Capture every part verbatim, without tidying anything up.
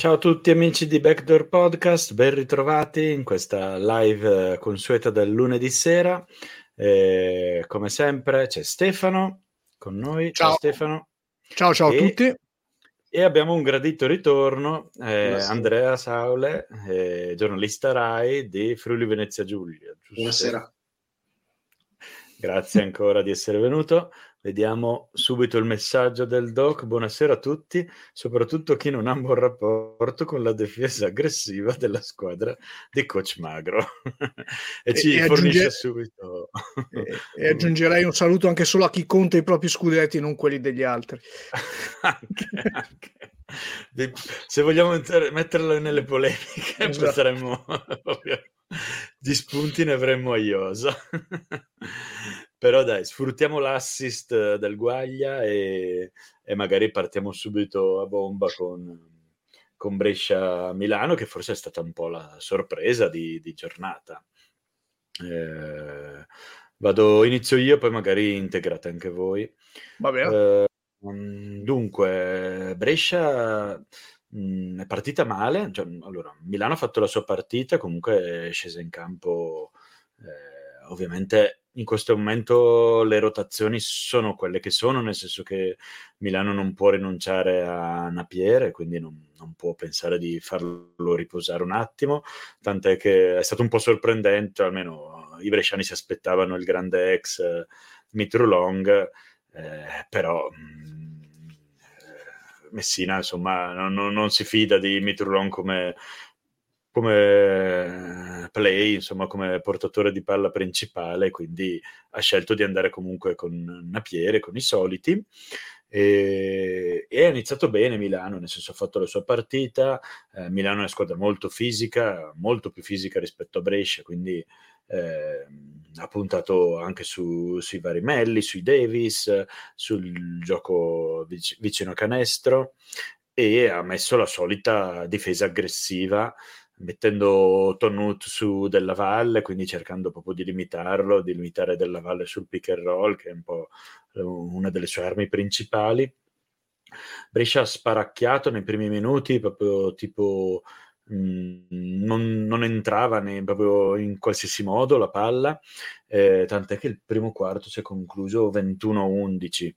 Ciao a tutti amici di Backdoor Podcast, ben ritrovati in questa live eh, consueta del lunedì sera. Eh, come sempre c'è Stefano con noi. Ciao, Ciao. Stefano. Ciao, ciao a E, tutti. e abbiamo un gradito ritorno, eh, Buonasera. Andrea Saule, eh, giornalista Rai di Friuli Venezia Giulia. Giusto? Buonasera. Grazie ancora di essere venuto. Vediamo subito il messaggio del doc. Buonasera a tutti, soprattutto chi non ha un buon rapporto con la difesa aggressiva della squadra di Coach Magro. e, E- ci e fornisce aggiunge- subito. E, e aggiungerei un saluto anche solo a chi conta i propri scudetti, non quelli degli altri. anche, anche. Di- Se vogliamo mettere- metterlo nelle polemiche, Esatto. potremmo di spunti ne avremmo a iosa. Però dai, sfruttiamo l'assist del Guaglia e, e magari partiamo subito a bomba con, con Brescia-Milano, che forse è stata un po' la sorpresa di, di giornata. Eh, vado, inizio io, poi magari integrate anche voi. Va bene. Eh, dunque, Brescia mh, è partita male. Cioè, allora, Milano ha fatto la sua partita, comunque è scesa in campo. Eh, ovviamente in questo momento le rotazioni sono quelle che sono, nel senso che Milano non può rinunciare a Napier, quindi non, non può pensare di farlo riposare un attimo, tant'è che è stato un po' sorprendente, almeno i bresciani si aspettavano il grande ex eh, Mitrulong, eh, però mh, Messina insomma non, non, non si fida di Mitrulong come come play, insomma come portatore di palla principale, quindi ha scelto di andare comunque con Napier, con i soliti, e, e ha iniziato bene Milano, nel senso ha fatto la sua partita. eh, Milano è una squadra molto fisica, molto più fisica rispetto a Brescia, quindi eh, ha puntato anche su, sui vari Melli, sui Davis, sul gioco vic- vicino a canestro, e ha messo la solita difesa aggressiva, mettendo Tonnut su Della Valle, quindi cercando proprio di limitarlo, di limitare Della Valle sul pick and roll, che è un po' una delle sue armi principali. Brescia ha sparacchiato nei primi minuti, proprio tipo mh, non, non entrava né, proprio in qualsiasi modo la palla, eh, tant'è che il primo quarto si è concluso ventuno a undici,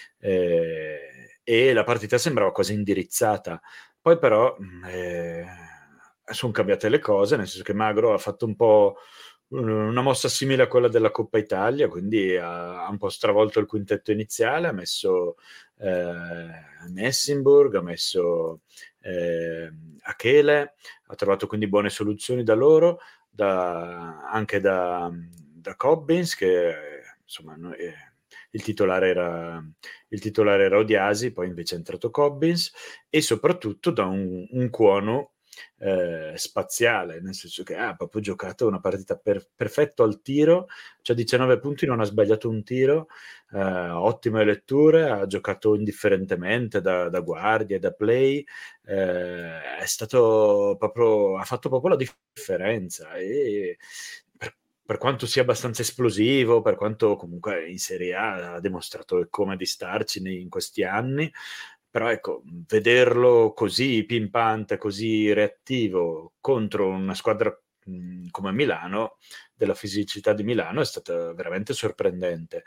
eh, e la partita sembrava quasi indirizzata. Poi però eh, sono cambiate le cose, nel senso che Magro ha fatto un po' una mossa simile a quella della Coppa Italia, quindi ha, ha un po' stravolto il quintetto iniziale, ha messo eh, Messenburg, ha messo eh, Achele, ha trovato quindi buone soluzioni da loro, da, anche da, da Cobbins, che insomma eh, il titolare era il titolare era Odiasi, poi invece è entrato Cobbins, e soprattutto da un, un Cuono eh, spaziale, nel senso che ha proprio giocato una partita per, perfetto al tiro, cioè diciannove punti, non ha sbagliato un tiro, eh, ottime letture, ha giocato indifferentemente da, da guardia, da play, eh, è stato proprio, ha fatto proprio la differenza, e per, per quanto sia abbastanza esplosivo, per quanto comunque in Serie A ha dimostrato come di starci in questi anni, però ecco, vederlo così pimpante, così reattivo contro una squadra mh, come Milano, della fisicità di Milano, è stata veramente sorprendente.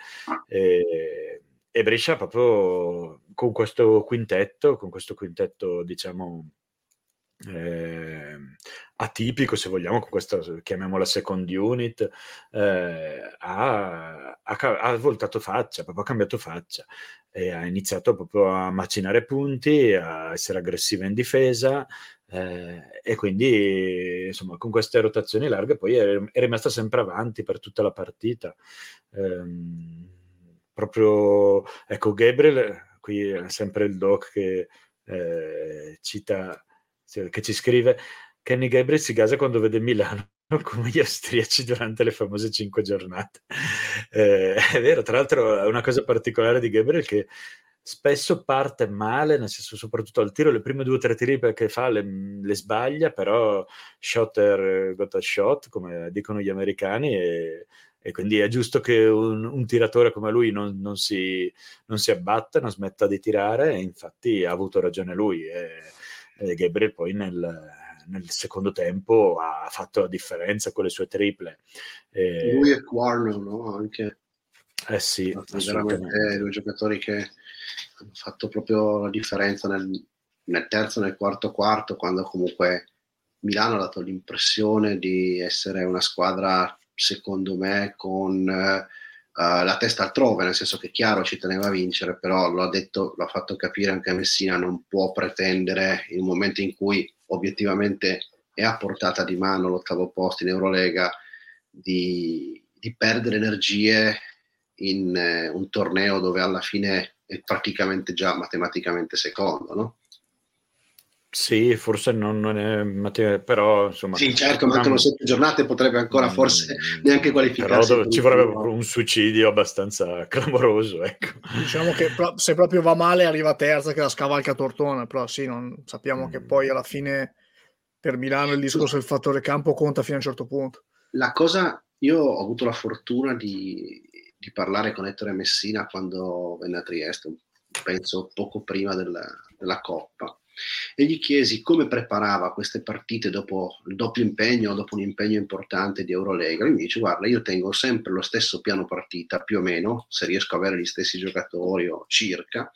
E, e Brescia proprio con questo quintetto, con questo quintetto diciamo eh, atipico, se vogliamo, con questa, chiamiamola second unit, eh, ha, ha, ha voltato faccia, proprio ha cambiato faccia, e ha iniziato proprio a macinare punti, a essere aggressiva in difesa, eh, e quindi insomma con queste rotazioni larghe poi è, è rimasta sempre avanti per tutta la partita. Eh, proprio ecco, Gabriel, qui è sempre il doc che eh, cita, che ci scrive: Kenny Gabriel si gasa quando vede Milano come gli austriaci durante le famose cinque giornate. Eh, è vero, tra l'altro è una cosa particolare di Gabriel che spesso parte male, nel senso soprattutto al tiro, le prime due o tre tiri che fa le, le sbaglia, però shotter got a shot, come dicono gli americani, e, e quindi è giusto che un, un tiratore come lui non, non, si, non si abbatta, non smetta di tirare, e infatti ha avuto ragione lui. E, eh, Gabriel poi nel, nel secondo tempo ha fatto la differenza con le sue triple. Eh, lui e Quarno, no? Anche eh sì, veramente due giocatori che hanno fatto proprio la differenza nel, nel terzo e nel quarto quarto, quando comunque Milano ha dato l'impressione di essere una squadra, secondo me, con uh, la testa altrove, nel senso che chiaro ci teneva a vincere, però lo ha detto, l'ha fatto capire anche a Messina, non può pretendere in un momento in cui obiettivamente è a portata di mano l'ottavo posto in Eurolega di, di perdere energie in eh, un torneo dove alla fine è praticamente già matematicamente secondo, no? Sì, forse non, non è, però insomma. Sì, certo, mancano una, sette giornate, potrebbe ancora mm, forse neanche qualificarsi. Però ci vorrebbe proprio un suicidio abbastanza clamoroso, ecco. Diciamo che pro- se proprio va male arriva terza che la scavalca Tortona, però sì, non, sappiamo mm. che poi alla fine per Milano il discorso del fattore campo conta fino a un certo punto. La cosa, io ho avuto la fortuna di, di parlare con Ettore Messina quando venne a Trieste, penso poco prima della, della Coppa, e gli chiesi come preparava queste partite dopo il doppio impegno, dopo un impegno importante di Eurolega. Lui mi dice: guarda, io tengo sempre lo stesso piano partita, più o meno, se riesco a avere gli stessi giocatori o circa,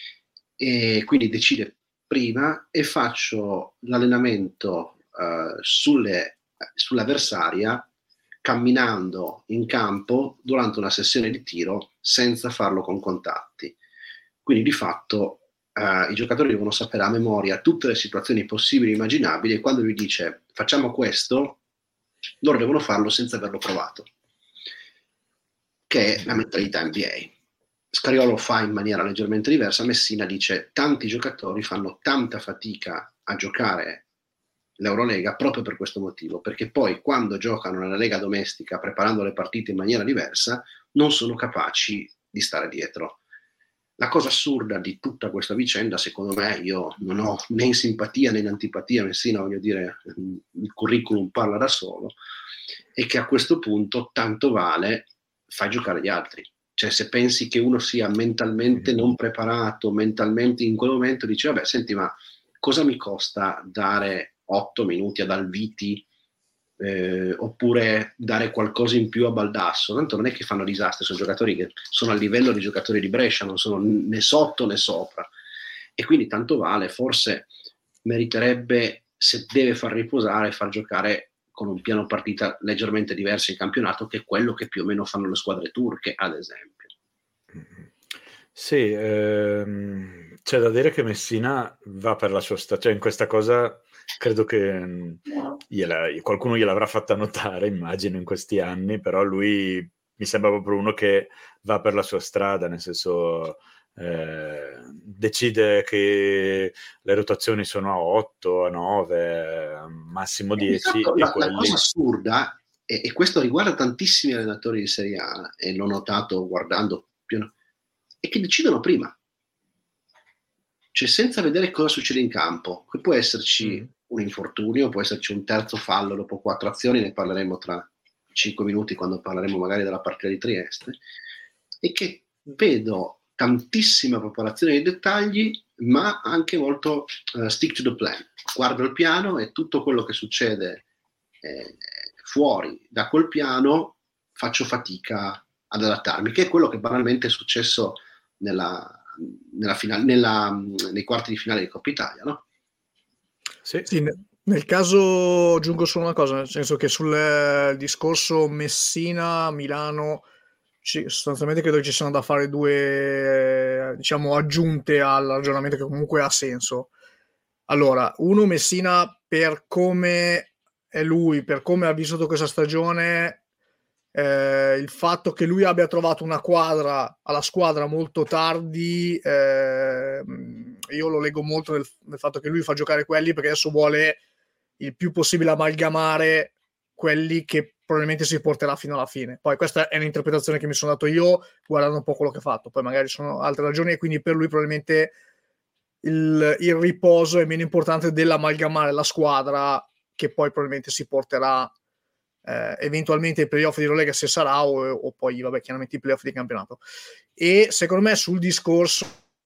e quindi decide prima e faccio l'allenamento uh, sulle, sull'avversaria camminando in campo durante una sessione di tiro senza farlo con contatti. Quindi di fatto Uh, i giocatori devono sapere a memoria tutte le situazioni possibili e immaginabili, e quando lui dice facciamo questo, loro devono farlo senza averlo provato, che è la mentalità N B A. Scariolo fa in maniera leggermente diversa. Messina dice tanti giocatori fanno tanta fatica a giocare l'Eurolega proprio per questo motivo, perché poi quando giocano nella lega domestica preparando le partite in maniera diversa non sono capaci di stare dietro. La cosa assurda di tutta questa vicenda, secondo me, io non ho né in simpatia né in antipatia Messina, voglio dire, il curriculum parla da solo, è che a questo punto tanto vale fai giocare gli altri. Cioè, se pensi che uno sia mentalmente non preparato, mentalmente in quel momento dici vabbè, senti, ma cosa mi costa dare otto minuti ad Alviti Eh, oppure dare qualcosa in più a Baldasso? Tanto non è che fanno disastri, sono giocatori che sono al livello di giocatori di Brescia, non sono né sotto né sopra, e quindi tanto vale, forse meriterebbe, se deve far riposare, far giocare con un piano partita leggermente diverso in campionato, che è quello che più o meno fanno le squadre turche, ad esempio. Sì, ehm, c'è da dire che Messina va per la sua stagione, cioè in questa cosa credo che gliela, qualcuno gliel'avrà fatta notare, immagino, in questi anni, però lui mi sembra proprio uno che va per la sua strada, nel senso eh, decide che le rotazioni sono a otto, a nove, massimo dieci. Esatto, e la, quelli... la cosa assurda, e, e questo riguarda tantissimi allenatori di Serie A, e l'ho notato guardando più, è che decidono prima, cioè senza vedere cosa succede in campo. Qui può esserci mm. un infortunio, può esserci un terzo fallo dopo quattro azioni, ne parleremo tra cinque minuti quando parleremo magari della partita di Trieste, e che vedo tantissima preparazione dei dettagli, ma anche molto uh, stick to the plan. Guardo il piano e tutto quello che succede eh, fuori da quel piano faccio fatica ad adattarmi, che è quello che banalmente è successo nella, nella finale, nella, nei quarti di finale di Coppa Italia, no? Sì. Sì, nel caso aggiungo solo una cosa, nel senso che sul eh, discorso Messina-Milano ci, sostanzialmente credo che ci siano da fare due, eh, diciamo, aggiunte al ragionamento che comunque ha senso. Allora, uno, Messina, per come è lui, per come ha vissuto questa stagione, eh, il fatto che lui abbia trovato una quadra alla squadra molto tardi, eh, io lo leggo molto nel, nel fatto che lui fa giocare quelli perché adesso vuole il più possibile amalgamare quelli che probabilmente si porterà fino alla fine. Poi questa è un'interpretazione che mi sono dato io guardando un po' quello che ha fatto, poi magari sono altre ragioni, e quindi per lui probabilmente il, il riposo è meno importante dell'amalgamare la squadra, che poi probabilmente si porterà eh, eventualmente i playoff di Eurolega, se sarà, o, o poi vabbè chiaramente i playoff di campionato. E secondo me sul discorso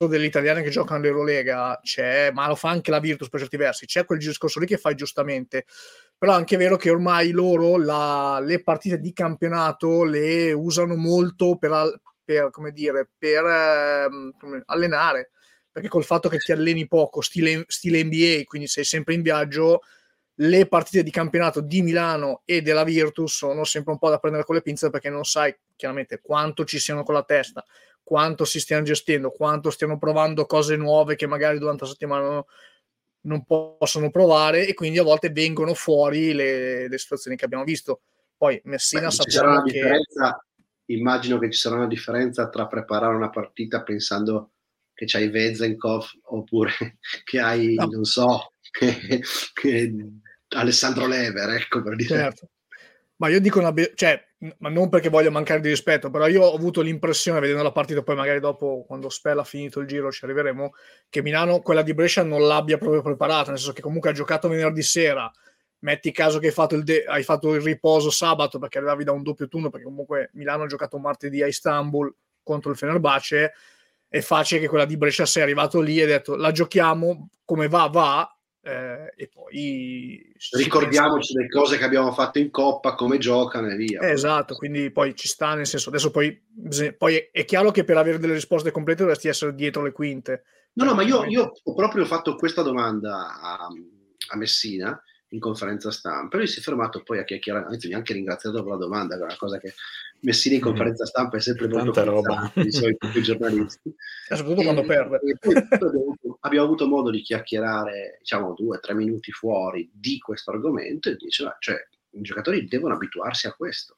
delle italiane che giocano all'Eurolega c'è, ma lo fa anche la Virtus per certi versi, c'è quel discorso lì che fai giustamente, però è anche vero che ormai loro la, le partite di campionato le usano molto per, per come dire, per eh, allenare, perché col fatto che ti alleni poco, stile, stile N B A, quindi sei sempre in viaggio, le partite di campionato di Milano e della Virtus sono sempre un po' da prendere con le pinze, perché non sai chiaramente quanto ci siano con la testa, quanto si stiano gestendo, quanto stiano provando cose nuove che magari durante la settimana non, non possono provare, e quindi a volte vengono fuori le, le situazioni che abbiamo visto. Poi Messina Beh, sappiamo ci sarà una che... differenza, immagino che ci sarà una differenza tra preparare una partita pensando che c'hai Vezenkov oppure che hai, no. non so, che, che Alessandro Lever, ecco, per dire. Certo. Ma io dico una be- cioè, ma non perché voglio mancare di rispetto, però io ho avuto l'impressione, vedendo la partita, poi magari dopo, quando Spell ha finito il giro, ci arriveremo, che Milano, quella di Brescia, non l'abbia proprio preparata, nel senso che comunque ha giocato venerdì sera, metti caso che hai fatto il, de- hai fatto il riposo sabato perché arrivavi da un doppio turno, perché comunque Milano ha giocato martedì a Istanbul contro il Fenerbahce, è facile che quella di Brescia sei arrivato lì e hai detto la giochiamo, come va va, eh, e poi ricordiamoci le cose che abbiamo fatto in Coppa, come giocano e via. Eh, esatto, quindi poi ci sta, nel senso, adesso poi, poi è chiaro che per avere delle risposte complete dovresti essere dietro le quinte. No, no, ma io, io ho proprio fatto questa domanda a, a Messina in conferenza stampa, e lui si è fermato poi a chiacchierare, anzi neanche ringraziato per la domanda, che è una cosa che Messina in conferenza stampa è sempre molto tanta roba di solito con i giornalisti, e soprattutto e, quando perde. E poi abbiamo, avuto, abbiamo avuto modo di chiacchierare, diciamo, due o tre minuti fuori di questo argomento, e diceva, cioè, i giocatori devono abituarsi a questo,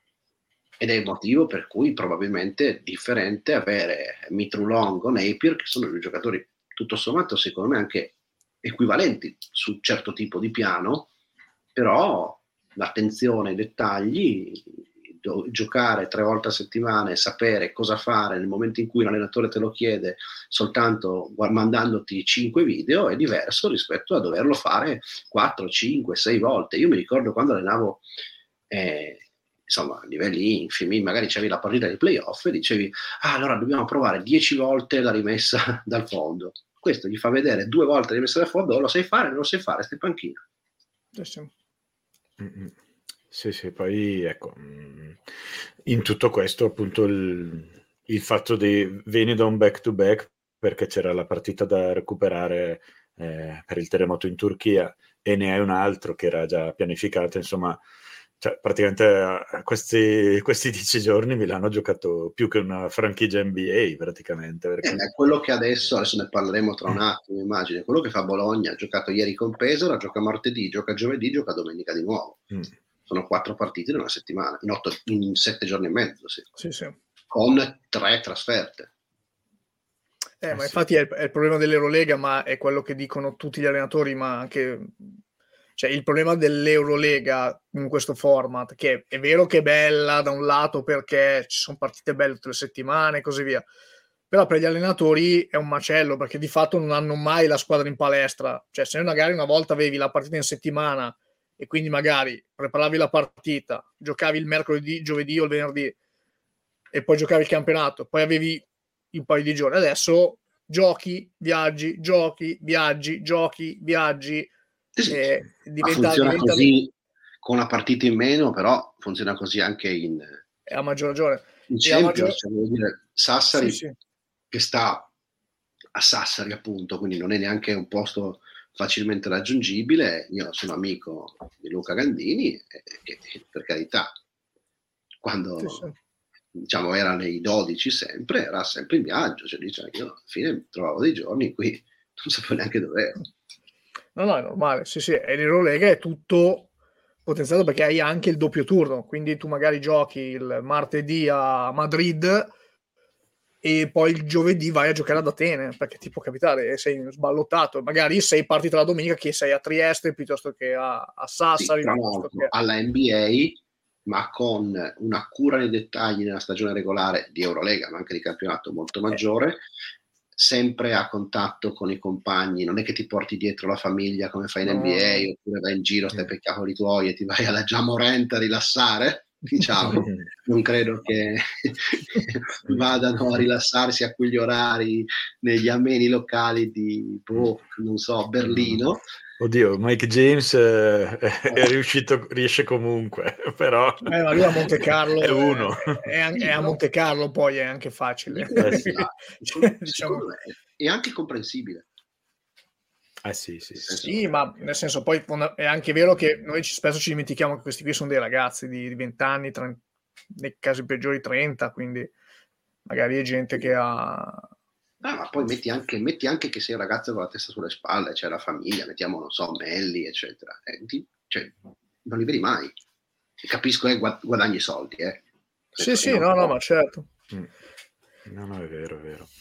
ed è il motivo per cui probabilmente è differente avere Mitrulong o Napier, che sono due giocatori tutto sommato secondo me anche equivalenti su un certo tipo di piano, però l'attenzione ai dettagli, giocare tre volte a settimana e sapere cosa fare nel momento in cui l'allenatore te lo chiede soltanto mandandoti cinque video è diverso rispetto a doverlo fare quattro, cinque, sei volte. Io mi ricordo quando allenavo eh, insomma a livelli infimi, magari c'avevi la partita dei playoff e dicevi ah, allora dobbiamo provare dieci volte la rimessa dal fondo. Questo gli fa vedere due volte la rimessa dal fondo, lo sai fare, non lo sai fare, stai in panchina. Sì, sì. Mm-hmm. Sì, sì, poi ecco, in tutto questo appunto il, il fatto di vieni da un back to back perché c'era la partita da recuperare eh, per il terremoto in Turchia e ne hai un altro che era già pianificato, insomma, cioè, praticamente a questi, questi dieci giorni Milano ha giocato più che una franchigia N B A praticamente. Perché... Eh, beh, quello che adesso, adesso ne parleremo tra un attimo, immagino, quello che fa Bologna, ha giocato ieri con Pesaro, gioca martedì, gioca giovedì, gioca domenica di nuovo. Mm. Sono quattro partite in una settimana, in, otto, in sette giorni e mezzo, sì. Sì, sì. Con tre trasferte. Eh, eh, ma sì. Infatti è il, è il problema dell'Eurolega, ma è quello che dicono tutti gli allenatori, ma anche... Cioè, il problema dell'Eurolega in questo format, che è vero che è bella da un lato perché ci sono partite belle tutte le settimane e così via, però per gli allenatori è un macello, perché di fatto non hanno mai la squadra in palestra. Cioè, se magari una volta avevi la partita in settimana e quindi magari preparavi la partita, giocavi il mercoledì, giovedì o il venerdì e poi giocavi il campionato, poi avevi un paio di giorni. Adesso giochi, viaggi, giochi, viaggi, giochi, viaggi. Sì, eh, diventa, funziona diventa... così con una partita in meno, però funziona così anche in, è a maggior ragione in Champions, maggior... cioè, voglio dire, Sassari sì, sì. che sta a Sassari appunto, quindi non è neanche un posto facilmente raggiungibile. Io sono amico di Luca Gandini e, e, e per carità, quando sì, sì. diciamo era nei dodici sempre, era sempre in viaggio, cioè dice, io alla fine trovavo dei giorni in cui non sapevo neanche dove ero. No, no, è normale, sì, sì, e l'Eurolega è tutto potenziato perché hai anche il doppio turno, quindi tu magari giochi il martedì a Madrid e poi il giovedì vai a giocare ad Atene, perché ti può capitare, sei sballottato, magari sei partita la domenica che sei a Trieste piuttosto che a, a Sassari. Sì, che... alla N B A, ma con una cura nei dettagli nella stagione regolare di Eurolega, ma anche di campionato molto maggiore, eh. sempre a contatto con i compagni, non è che ti porti dietro la famiglia come fai in no. N B A, oppure vai in giro, stai per i cavoli tuoi e ti vai alla Jamorant a rilassare, diciamo, non credo che vadano a rilassarsi a quegli orari negli ameni locali di, boh, non so, Berlino. Oddio, Mike James eh, è riuscito, riesce comunque, però eh, ma lui a Monte Carlo è uno. È, è, è a Monte Carlo, poi è anche facile. Eh sì, cioè, diciamo, è anche comprensibile. Eh sì, sì, sì, sì, ma nel senso, poi è anche vero che noi spesso ci dimentichiamo che questi qui sono dei ragazzi di venti anni, trenta, nei casi peggiori trenta, quindi magari è gente che ha... Ah, ma poi metti anche, metti anche che sei un ragazzo con la testa sulle spalle, c'è cioè la famiglia, mettiamo, non so, Melli, eccetera. Eh, ti, cioè, non li vedi mai. E capisco che eh, guadagni soldi, eh. Sì, sì, no, no, ma certo. Mm. No, no, è vero, è vero.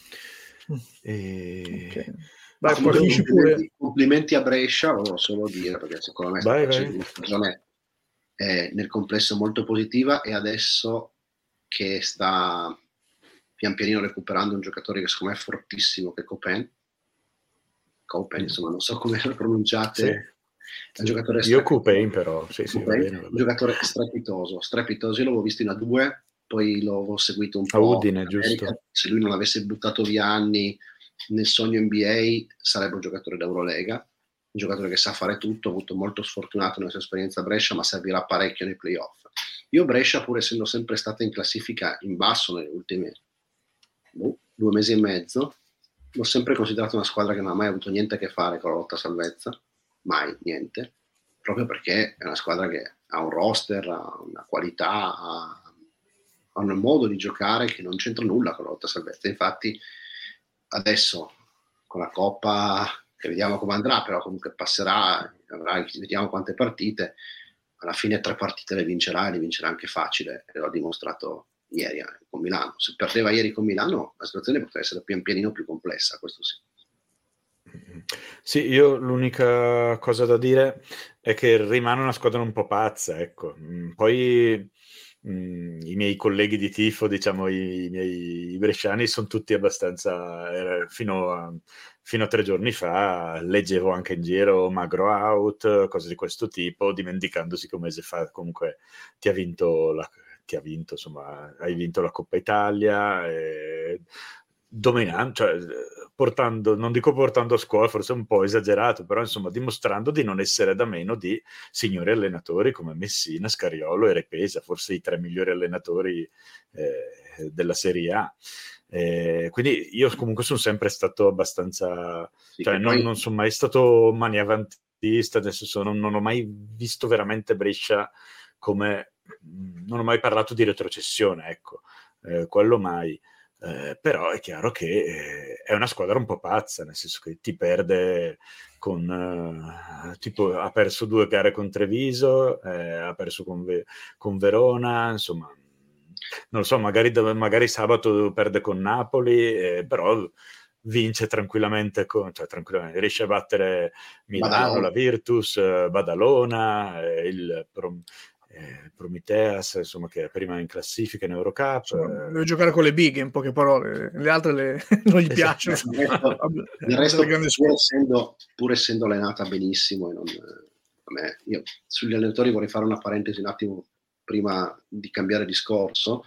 E... Okay. Vai, poi complimenti, pure. complimenti a Brescia, volevo solo dire, perché secondo me sta facendo una stagione eh, nel complesso molto positiva, e adesso che sta pian pianino recuperando un giocatore che secondo me è fortissimo, che è Copen. Copen, insomma, non so come lo pronunciate. Sì. È un giocatore Io Copen però, sì, sì, va bene, va bene. Un giocatore strepitoso, strepitoso. Io l'avevo visto in A due, poi l'ho seguito un po'. A Udine, giusto. Se lui non avesse buttato via anni nel sogno N B A, sarebbe un giocatore d'Eurolega, un giocatore che sa fare tutto, ha avuto molto sfortunato nella sua esperienza a Brescia, ma servirà parecchio nei playoff. Io Brescia, pur essendo sempre stata in classifica in basso nelle ultime boh, due mesi e mezzo, l'ho sempre considerato una squadra che non ha mai avuto niente a che fare con la lotta a salvezza, mai niente, proprio perché è una squadra che ha un roster, ha una qualità, ha, ha un modo di giocare che non c'entra nulla con la lotta a salvezza. Infatti adesso con la Coppa, che vediamo come andrà, però comunque passerà, avrà, vediamo quante partite, alla fine tre partite le vincerà, e le vincerà anche facile, e l'ho dimostrato ieri con Milano. Se perdeva ieri con Milano, la situazione poteva essere pian pianino più complessa, questo sì. Sì, io l'unica cosa da dire è che rimane una squadra un po' pazza, ecco. Poi mh, i miei colleghi di tifo, diciamo i, i miei i bresciani, sono tutti abbastanza, eh, fino, a, fino a tre giorni fa leggevo anche in giro magro out, cose di questo tipo, dimenticandosi che un mese fa comunque ti ha vinto la ti ha vinto, insomma, hai vinto la Coppa Italia, eh, dominando, cioè portando, non dico portando a scuola, forse è un po' esagerato, però insomma dimostrando di non essere da meno di signori allenatori come Messina, Scariolo e Repesa, forse i tre migliori allenatori eh, della Serie A. Eh, quindi io comunque sono sempre stato abbastanza, sì, cioè non, poi... non sono mai stato maniavantista, adesso non, non ho mai visto veramente Brescia come, non ho mai parlato di retrocessione, ecco, eh, quello mai. Eh, però è chiaro che eh, è una squadra un po' pazza, nel senso che ti perde con eh, tipo ha perso due gare con Treviso, eh, ha perso con, Ve- con Verona, insomma non lo so, magari, magari sabato perde con Napoli, eh, però vince tranquillamente, con, cioè tranquillamente riesce a battere Milano, Badalona. La Virtus, Badalona, eh, il Prom- Eh, Prometheas, insomma, che è prima in classifica in Eurocup. Insomma, deve giocare con le big, in poche parole, le altre le, non gli piacciono. Il resto, pur essendo, pur essendo allenata benissimo, e non, a me, io sugli allenatori vorrei fare una parentesi un attimo prima di cambiare discorso.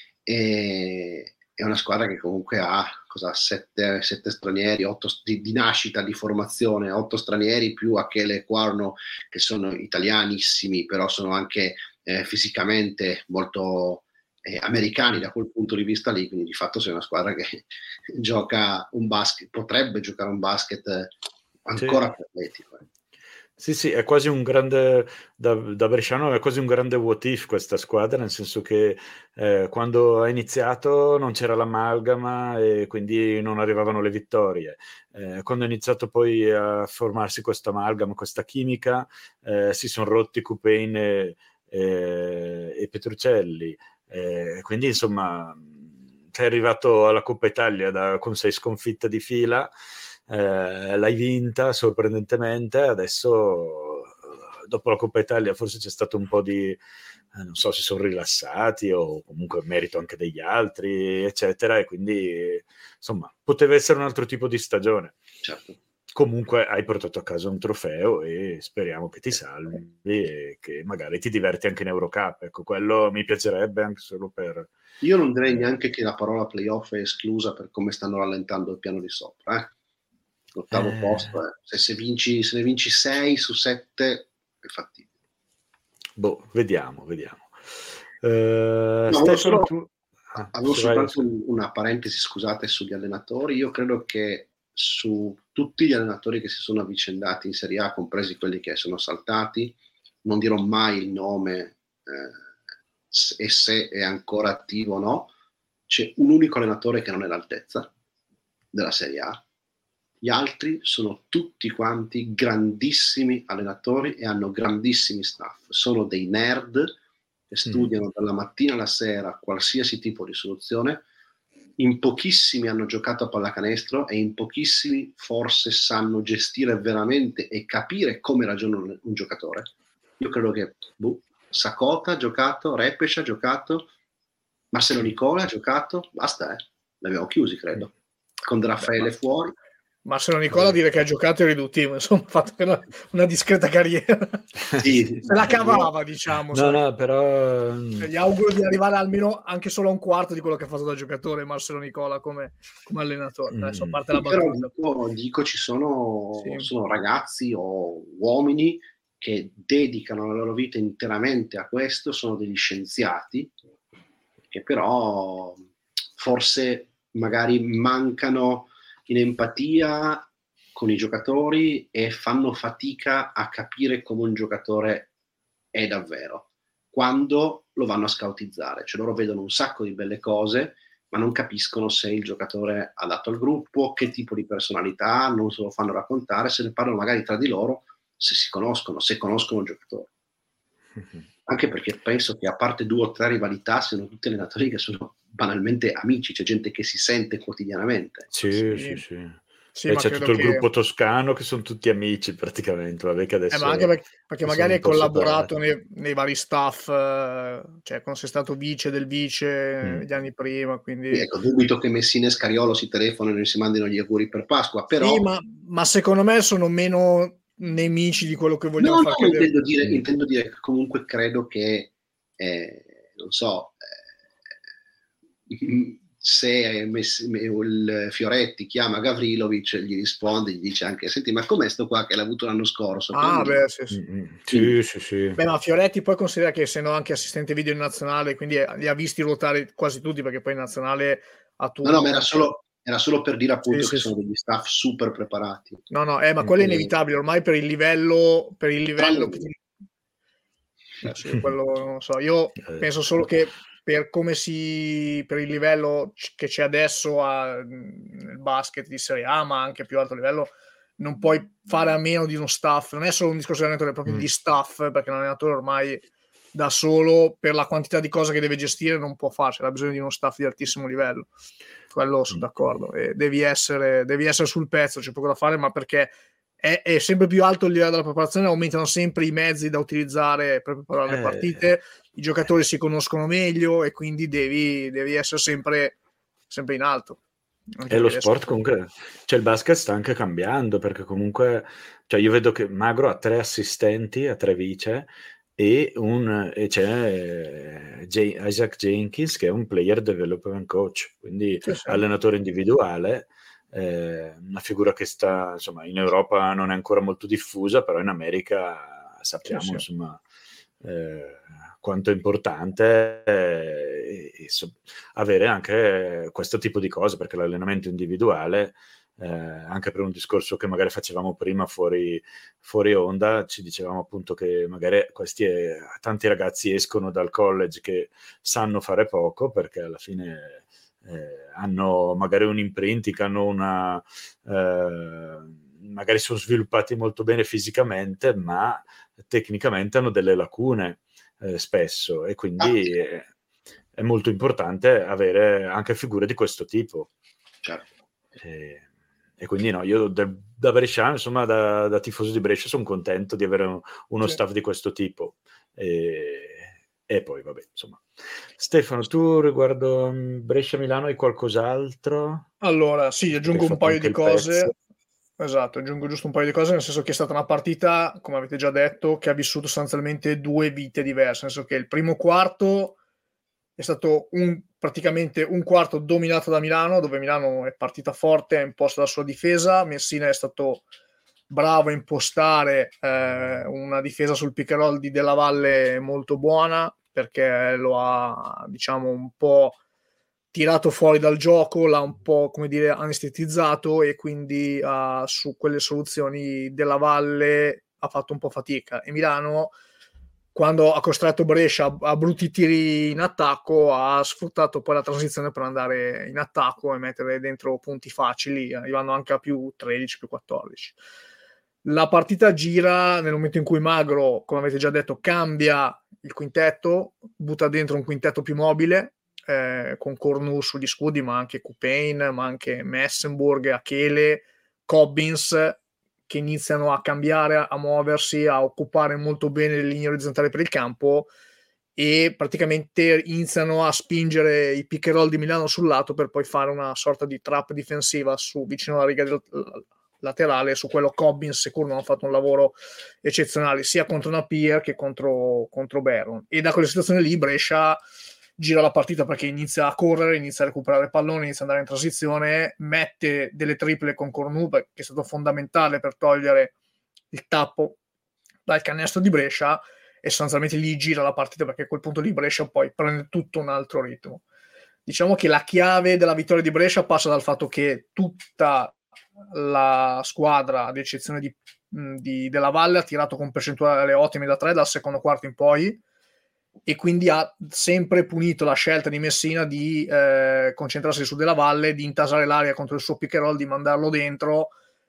E, è una squadra che comunque ha cosa, sette, sette stranieri, otto di, di nascita, di formazione, otto stranieri più Achele e Quarno, che sono italianissimi, però sono anche eh, fisicamente molto eh, americani da quel punto di vista lì, quindi di fatto sei una squadra che gioca un basket, potrebbe giocare un basket ancora sì. più atletico. Eh. Sì, sì, è quasi un grande, da, da bresciano è quasi un grande what if questa squadra, nel senso che eh, quando ha iniziato non c'era l'amalgama e quindi non arrivavano le vittorie. Eh, quando è iniziato poi a formarsi questa amalgama, questa chimica, eh, si sono rotti Coupin e, e, e Petruccelli. Eh, quindi insomma, sei arrivato alla Coppa Italia da, con sei sconfitte di fila. Eh, l'hai vinta sorprendentemente, adesso dopo la Coppa Italia forse c'è stato un po' di eh, non so, si sono rilassati o comunque merito anche degli altri eccetera, e quindi insomma poteva essere un altro tipo di stagione. Certo. comunque hai portato a casa un trofeo e speriamo che ti salvi e che magari ti diverti anche in Eurocup. Ecco, quello mi piacerebbe anche solo per... Io non direi eh... neanche che la parola playoff è esclusa per come stanno rallentando il piano di sopra. Eh? L'ottavo eh... posto, eh. se, se, vinci, se ne vinci sei su sette è fattibile. Boh, vediamo, vediamo. Uh, no, Stefano, solo... tu... ah, avevo soltanto vai... una parentesi, scusate, sugli allenatori. Io credo che su tutti gli allenatori che si sono avvicendati in Serie A, compresi quelli che sono saltati, non dirò mai il nome eh, e se è ancora attivo o no, c'è un unico allenatore che non è all'altezza della Serie A. Gli altri sono tutti quanti grandissimi allenatori e hanno grandissimi staff, sono dei nerd che studiano mm. dalla mattina alla sera qualsiasi tipo di soluzione. In pochissimi hanno giocato a pallacanestro e in pochissimi forse sanno gestire veramente e capire come ragiona un, un giocatore. Io credo che boh, Sakota ha giocato, Repes ha giocato, Marcelo Nicola ha giocato, basta, eh. L'abbiamo chiusi, credo. Con De Raffaele Beh, fuori. Marcelo Nicola dire che ha giocato e riduttivo, insomma, ha fatto una, una discreta carriera. Sì, se la cavava, diciamo. No, sai. no, però... Gli auguro di arrivare almeno anche solo a un quarto di quello che ha fatto da giocatore Marcelo Nicola come, come allenatore. Mm. Adesso, a parte la battuta. Però dico, dico ci sono, sì. sono ragazzi o uomini che dedicano la loro vita interamente a questo, sono degli scienziati che però forse magari mancano in empatia con i giocatori e fanno fatica a capire come un giocatore è davvero quando lo vanno a scoutizzare, cioè loro vedono un sacco di belle cose ma non capiscono se il giocatore è adatto al gruppo, che tipo di personalità, non se lo fanno raccontare, se ne parlano magari tra di loro, se si conoscono, se conoscono il giocatore. Mm-hmm. Anche perché penso che a parte due o tre rivalità siano tutti allenatori che sono banalmente amici, c'è gente che si sente quotidianamente. Sì, sì, sì. sì. Sì, e c'è tutto il che... gruppo toscano che sono tutti amici praticamente, vabbè che adesso... Eh, ma anche perché, perché magari hai collaborato nei, nei vari staff, eh, cioè quando sei stato vice del vice mm. gli anni prima, quindi... Sì, ecco, dubito che Messina e Scariolo si telefonino e si mandino gli auguri per Pasqua, però... Sì, ma, ma secondo me sono meno nemici di quello che vogliamo no, far no, credere. Intendo dire, mm. intendo dire che comunque credo che, eh, non so... Eh, se il Fioretti chiama Gavrilovic gli risponde, gli dice anche senti ma com'è sto qua che l'ha avuto l'anno scorso? Ah beh sì sì. Mm-hmm. sì, sì, sì. Beh, ma Fioretti poi considera che essendo anche assistente video in nazionale, quindi li ha visti ruotare quasi tutti perché poi in nazionale ha tutto. No no ma era solo, era solo per dire appunto sì, che sì, sono sì. degli staff super preparati. No no eh, ma quello è inevitabile ormai per il livello per il livello che ti... eh, sì, quello non so, io penso solo che per come si per il livello che c'è adesso a, nel basket di Serie A ma anche più alto livello non puoi fare a meno di uno staff, non è solo un discorso di allenatore, è proprio mm. di staff, perché un allenatore ormai da solo per la quantità di cose che deve gestire non può farci, ha bisogno di uno staff di altissimo livello, quello sono d'accordo e devi essere, devi essere sul pezzo, c'è poco da fare, ma perché È, è sempre più alto il livello della preparazione, aumentano sempre i mezzi da utilizzare per preparare eh. le partite, i giocatori si conoscono meglio e quindi devi, devi essere sempre, sempre in alto. Anche e lo sport comunque, cioè il basket sta anche cambiando perché comunque, cioè io vedo che Magro ha tre assistenti, ha tre vice e, un, e c'è J- Isaac Jenkins che è un player development coach, quindi sì, sì. allenatore individuale. Eh, una figura che sta insomma in Europa non è ancora molto diffusa, però in America sappiamo sì, sì. insomma eh, quanto è importante eh, e, so, avere anche questo tipo di cose, perché l'allenamento individuale eh, anche per un discorso che magari facevamo prima fuori, fuori onda, ci dicevamo appunto che magari questi eh, tanti ragazzi escono dal college che sanno fare poco perché alla fine Eh, hanno magari un imprinting, hanno una eh, magari sono sviluppati molto bene fisicamente ma tecnicamente hanno delle lacune eh, spesso e quindi ah, è, è molto importante avere anche figure di questo tipo certo. e, e quindi no, io da, da bresciano insomma da, da tifoso di Brescia sono contento di avere uno sì. staff di questo tipo e E poi, vabbè, insomma. Stefano, tu riguardo Brescia-Milano hai qualcos'altro? Allora, sì, aggiungo un paio di cose. esatto, aggiungo giusto un paio di cose, nel senso che è stata una partita, come avete già detto, che ha vissuto sostanzialmente due vite diverse, nel senso che il primo quarto è stato un, praticamente un quarto dominato da Milano, dove Milano è partita forte, ha imposto la sua difesa, Messina è stato bravo a impostare eh, una difesa sul pick and roll di Della Valle molto buona, perché lo ha, diciamo, un po' tirato fuori dal gioco, l'ha un po', come dire, anestetizzato, e quindi uh, su quelle soluzioni Della Valle ha fatto un po' fatica, e Milano, quando ha costretto Brescia a, a brutti tiri in attacco, ha sfruttato poi la transizione per andare in attacco e mettere dentro punti facili, arrivando anche a più tredici, più quattordici. La partita gira nel momento in cui Magro, come avete già detto, cambia il quintetto, butta dentro un quintetto più mobile, eh, con Cornu sugli scudi, ma anche Coupain, ma anche Messenburg, Achele, Cobbins, che iniziano a cambiare, a muoversi, a occupare molto bene le linee orizzontali per il campo, e praticamente iniziano a spingere i pick and roll di Milano sul lato per poi fare una sorta di trap difensiva su, vicino alla riga del laterale. Su quello Cobbins e Curno hanno fatto un lavoro eccezionale sia contro Napier che contro, contro Baron, e da quella situazione lì Brescia gira la partita, perché inizia a correre, inizia a recuperare pallone, inizia ad andare in transizione, mette delle triple con Cornu, che è stato fondamentale per togliere il tappo dal canestro di Brescia, e sostanzialmente lì gira la partita, perché a quel punto lì Brescia poi prende tutto un altro ritmo. Diciamo che la chiave della vittoria di Brescia passa dal fatto che tutta la squadra, ad eccezione di, di Della Valle, ha tirato con percentuali ottime da tre dal secondo quarto in poi, e quindi ha sempre punito la scelta di Messina di eh, concentrarsi su Della Valle, di intasare l'aria contro il suo pick and roll, di mandarlo dentro,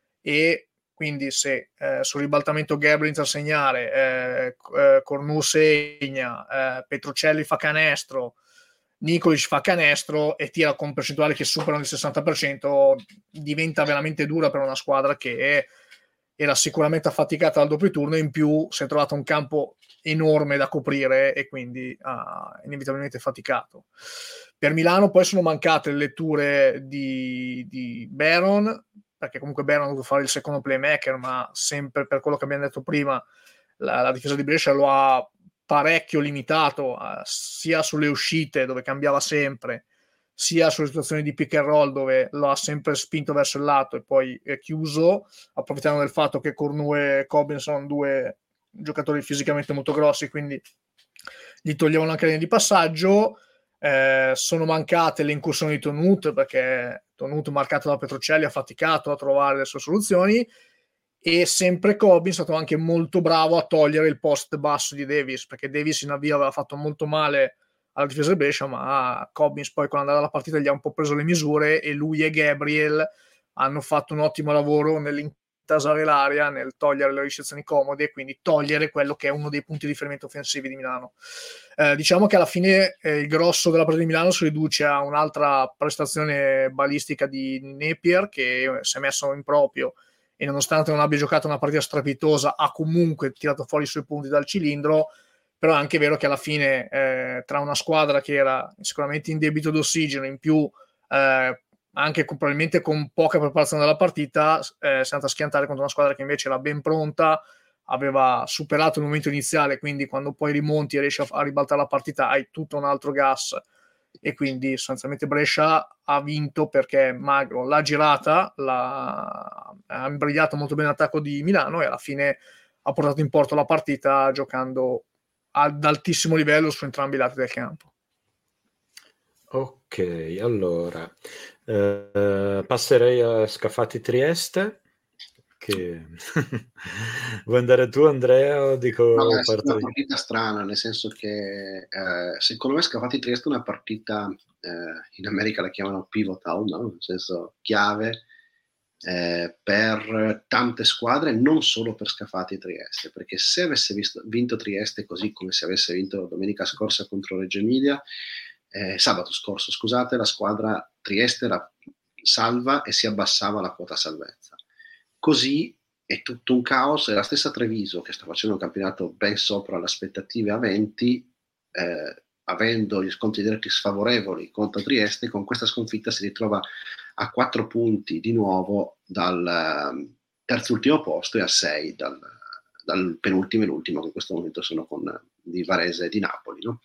e quindi se eh, sul ribaltamento Gabriel inizia a segnare, eh, eh, Cornu segna, eh, Petruccelli fa canestro, Nikolic fa canestro e tira con percentuali che superano il sessanta per cento, diventa veramente dura per una squadra che è, era sicuramente affaticata dal doppio turno, in più si è trovato un campo enorme da coprire e quindi ha inevitabilmente faticato. Per Milano poi sono mancate le letture di, di Baron, perché comunque Baron ha dovuto fare il secondo playmaker, ma sempre per quello che abbiamo detto prima la, la difesa di Brescia lo ha parecchio limitato, uh, sia sulle uscite dove cambiava sempre, sia sulle situazioni di pick and roll dove lo ha sempre spinto verso il lato e poi è chiuso, approfittando del fatto che Cornu e Cobbin sono due giocatori fisicamente molto grossi, quindi gli toglievano anche la linea di passaggio. Eh, sono mancate le incursioni di Tonut, perché Tonut, marcato da Petruccelli, ha faticato a trovare le sue soluzioni, e sempre Cobbin è stato anche molto bravo a togliere il post basso di Davis, perché Davis in avvio aveva fatto molto male alla difesa di Brescia, ma Cobbins poi quando è andata la partita gli ha un po' preso le misure, e lui e Gabriel hanno fatto un ottimo lavoro nell'intasare l'area, nel togliere le ricezioni comode e quindi togliere quello che è uno dei punti di riferimento offensivi di Milano. Eh, diciamo che alla fine eh, il grosso della partita di Milano si riduce a un'altra prestazione balistica di Napier, che si è messo in proprio e nonostante non abbia giocato una partita strepitosa ha comunque tirato fuori i suoi punti dal cilindro. Però è anche vero che alla fine eh, tra una squadra che era sicuramente in debito d'ossigeno, in più eh, anche con, probabilmente con poca preparazione della partita, eh, si è andata a schiantare contro una squadra che invece era ben pronta, aveva superato il momento iniziale, quindi quando poi rimonti e riesci a, a ribaltare la partita hai tutto un altro gas, e quindi sostanzialmente Brescia ha vinto perché Magro l'ha girata, l'ha, ha imbrigliato molto bene l'attacco di Milano e alla fine ha portato in porto la partita giocando ad altissimo livello su entrambi i lati del campo. Ok, allora eh, passerei a Scafati Trieste. Che... Vuoi andare tu, Andrea, o dico no, è parto una io? partita strana, nel senso che eh, secondo me Scafati Trieste è una partita, eh, in America la chiamano pivotal, no? Nel senso chiave eh, per tante squadre, non solo per Scafati Trieste, perché se avesse visto, vinto Trieste così come se avesse vinto domenica scorsa contro Reggio Emilia, eh, sabato scorso, scusate, la squadra Trieste era salva e si abbassava la quota salvezza. Così è tutto un caos, e la stessa Treviso, che sta facendo un campionato ben sopra le aspettative a venti, eh, avendo gli scontri diretti sfavorevoli contro Trieste, con questa sconfitta si ritrova a quattro punti di nuovo dal, terzultimo posto e a sei dal, dal penultimo e l'ultimo, che in questo momento sono con di Varese e di Napoli, no?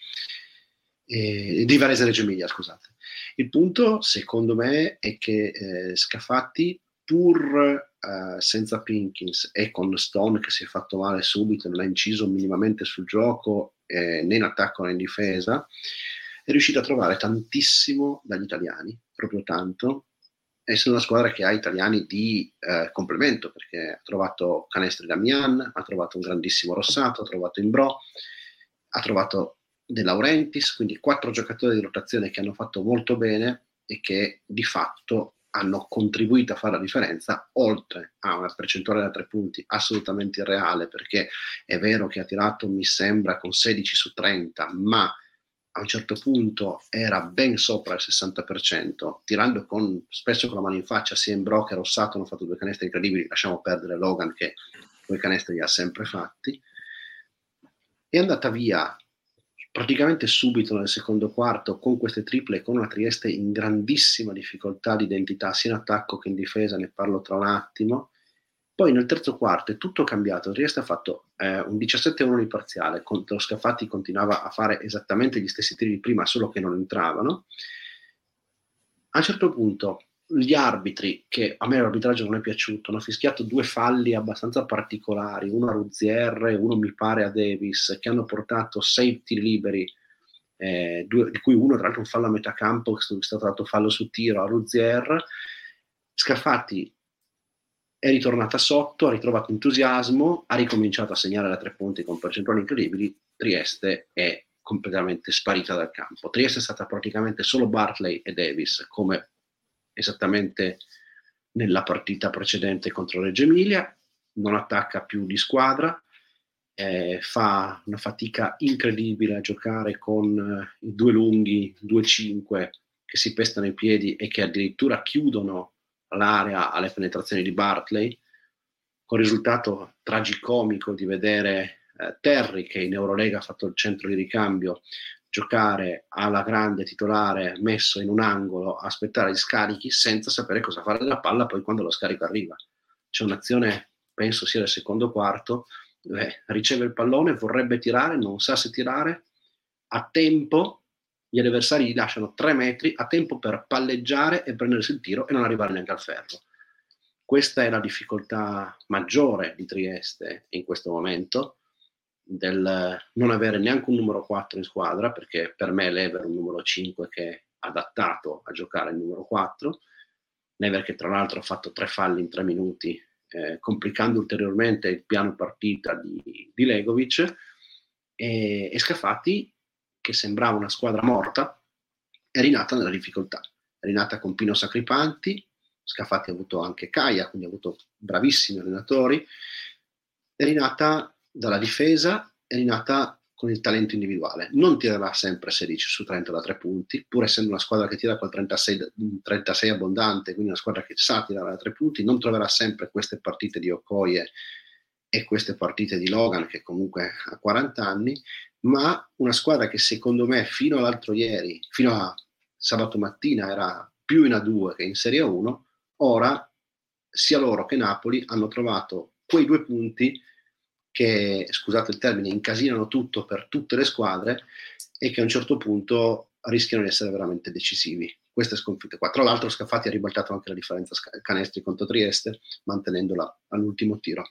E, di Varese e Reggio Emilia, scusate. Il punto, secondo me, è che eh, Scafati, pur eh, senza Pinkins e con Stone che si è fatto male subito, non ha inciso minimamente sul gioco, eh, né in attacco né in difesa, è riuscito a trovare tantissimo dagli italiani, proprio tanto. Essendo una squadra che ha italiani di eh, complemento, perché ha trovato Canestri Damian, ha trovato un grandissimo Rossato, ha trovato Imbro, ha trovato De Laurentiis, quindi quattro giocatori di rotazione che hanno fatto molto bene e che di fatto hanno contribuito a fare la differenza, oltre a una percentuale da tre punti assolutamente irreale, perché è vero che ha tirato, mi sembra, con sedici su trenta, ma a un certo punto era ben sopra il sessanta per cento, tirando con, spesso con la mano in faccia. Sia Imbro che Rossato hanno fatto due canestri incredibili, lasciamo perdere Logan che quei canestri li ha sempre fatti. È andata via praticamente subito nel secondo quarto con queste triple, con una Trieste in grandissima difficoltà di identità sia in attacco che in difesa, ne parlo tra un attimo. Poi nel terzo quarto è tutto cambiato. Trieste ha fatto eh, un diciassette a uno di parziale, contro Scafati continuava a fare esattamente gli stessi tiri di prima, solo che non entravano. A un certo punto gli arbitri, che a me l'arbitraggio non è piaciuto, hanno fischiato due falli abbastanza particolari, uno a Ruzier e uno mi pare a Davis, che hanno portato sei tiri liberi, eh, due, di cui uno tra l'altro un fallo a metà campo, che è stato dato fallo su tiro a Ruzier. Scafati è ritornata sotto, ha ritrovato entusiasmo, ha ricominciato a segnare da tre punti con percentuali incredibili. Trieste è completamente sparita dal campo. Trieste è stata praticamente solo Bartley e Davis, come esattamente nella partita precedente contro Reggio Emilia. Non attacca più di squadra, eh, fa una fatica incredibile a giocare con eh, i due lunghi, due cinque che si pestano i piedi e che addirittura chiudono l'area alle penetrazioni di Bartley, con il risultato tragicomico di vedere eh, Terry, che in Eurolega ha fatto il centro di ricambio, giocare alla grande titolare messo in un angolo, aspettare gli scarichi senza sapere cosa fare della palla poi quando lo scarico arriva. C'è un'azione, penso sia del secondo quarto, dove riceve il pallone, vorrebbe tirare, non sa se tirare, a tempo gli avversari gli lasciano tre metri, a tempo per palleggiare e prendersi il tiro e non arrivare neanche al ferro. Questa è la difficoltà maggiore di Trieste in questo momento, del non avere neanche un numero quattro in squadra, perché per me Lever è un numero cinque che è adattato a giocare il numero quattro, Lever che tra l'altro ha fatto tre falli in tre minuti, eh, complicando ulteriormente il piano partita di, di Legovic, e, e Scafati, che sembrava una squadra morta, è rinata nella difficoltà, è rinata con Pino Sacripanti. Scafati ha avuto anche Caia, quindi ha avuto bravissimi allenatori, è rinata dalla difesa, è rinata con il talento individuale. Non tirerà sempre sedici su trenta da tre punti, pur essendo una squadra che tira col trentasei, trentasei abbondante, quindi una squadra che sa tirare da tre punti, non troverà sempre queste partite di Okoye e queste partite di Logan, che comunque ha quaranta anni, ma una squadra che secondo me fino all'altro ieri, fino a sabato mattina, era più in A due che in Serie uno, ora sia loro che Napoli hanno trovato quei due punti che, scusate il termine, incasinano tutto per tutte le squadre e che a un certo punto rischiano di essere veramente decisivi. Queste sconfitte qua. Tra l'altro Scafati ha ribaltato anche la differenza canestri contro Trieste, mantenendola all'ultimo tiro.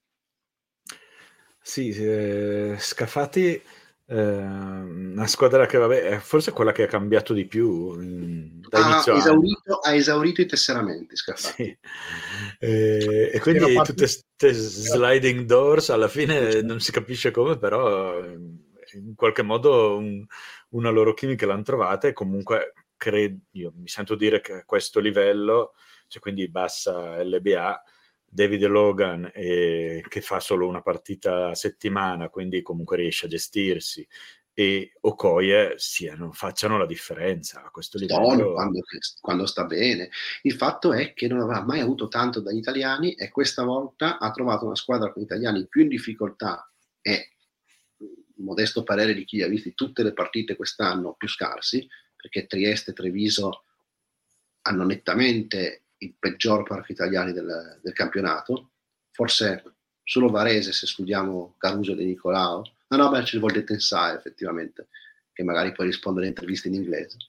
Sì, eh, Scafati, eh, una squadra che vabbè, è forse quella che ha cambiato di più mh, da ha, inizio esaurito, ha esaurito i tesseramenti Scafati. Sì. Eh, e quindi parte... tutte queste sliding doors alla fine non si capisce come, però in qualche modo un, una loro chimica l'hanno trovata e comunque credo, io mi sento dire che a questo livello, cioè quindi bassa L B A, David Logan, eh, che fa solo una partita a settimana, quindi comunque riesce a gestirsi, e Okoye siano, facciano la differenza a questo livello. Quando, quando sta bene. Il fatto è che non aveva mai avuto tanto dagli italiani e questa volta ha trovato una squadra con italiani più in difficoltà e, modesto parere di chi ha visto tutte le partite quest'anno, più scarsi, perché Trieste e Treviso hanno nettamente il peggior parco italiani del, del campionato, forse solo Varese se studiamo Caruso e De Nicolao. Ah no, beh, ci vuole Tensai effettivamente, che magari puoi rispondere alle interviste in inglese.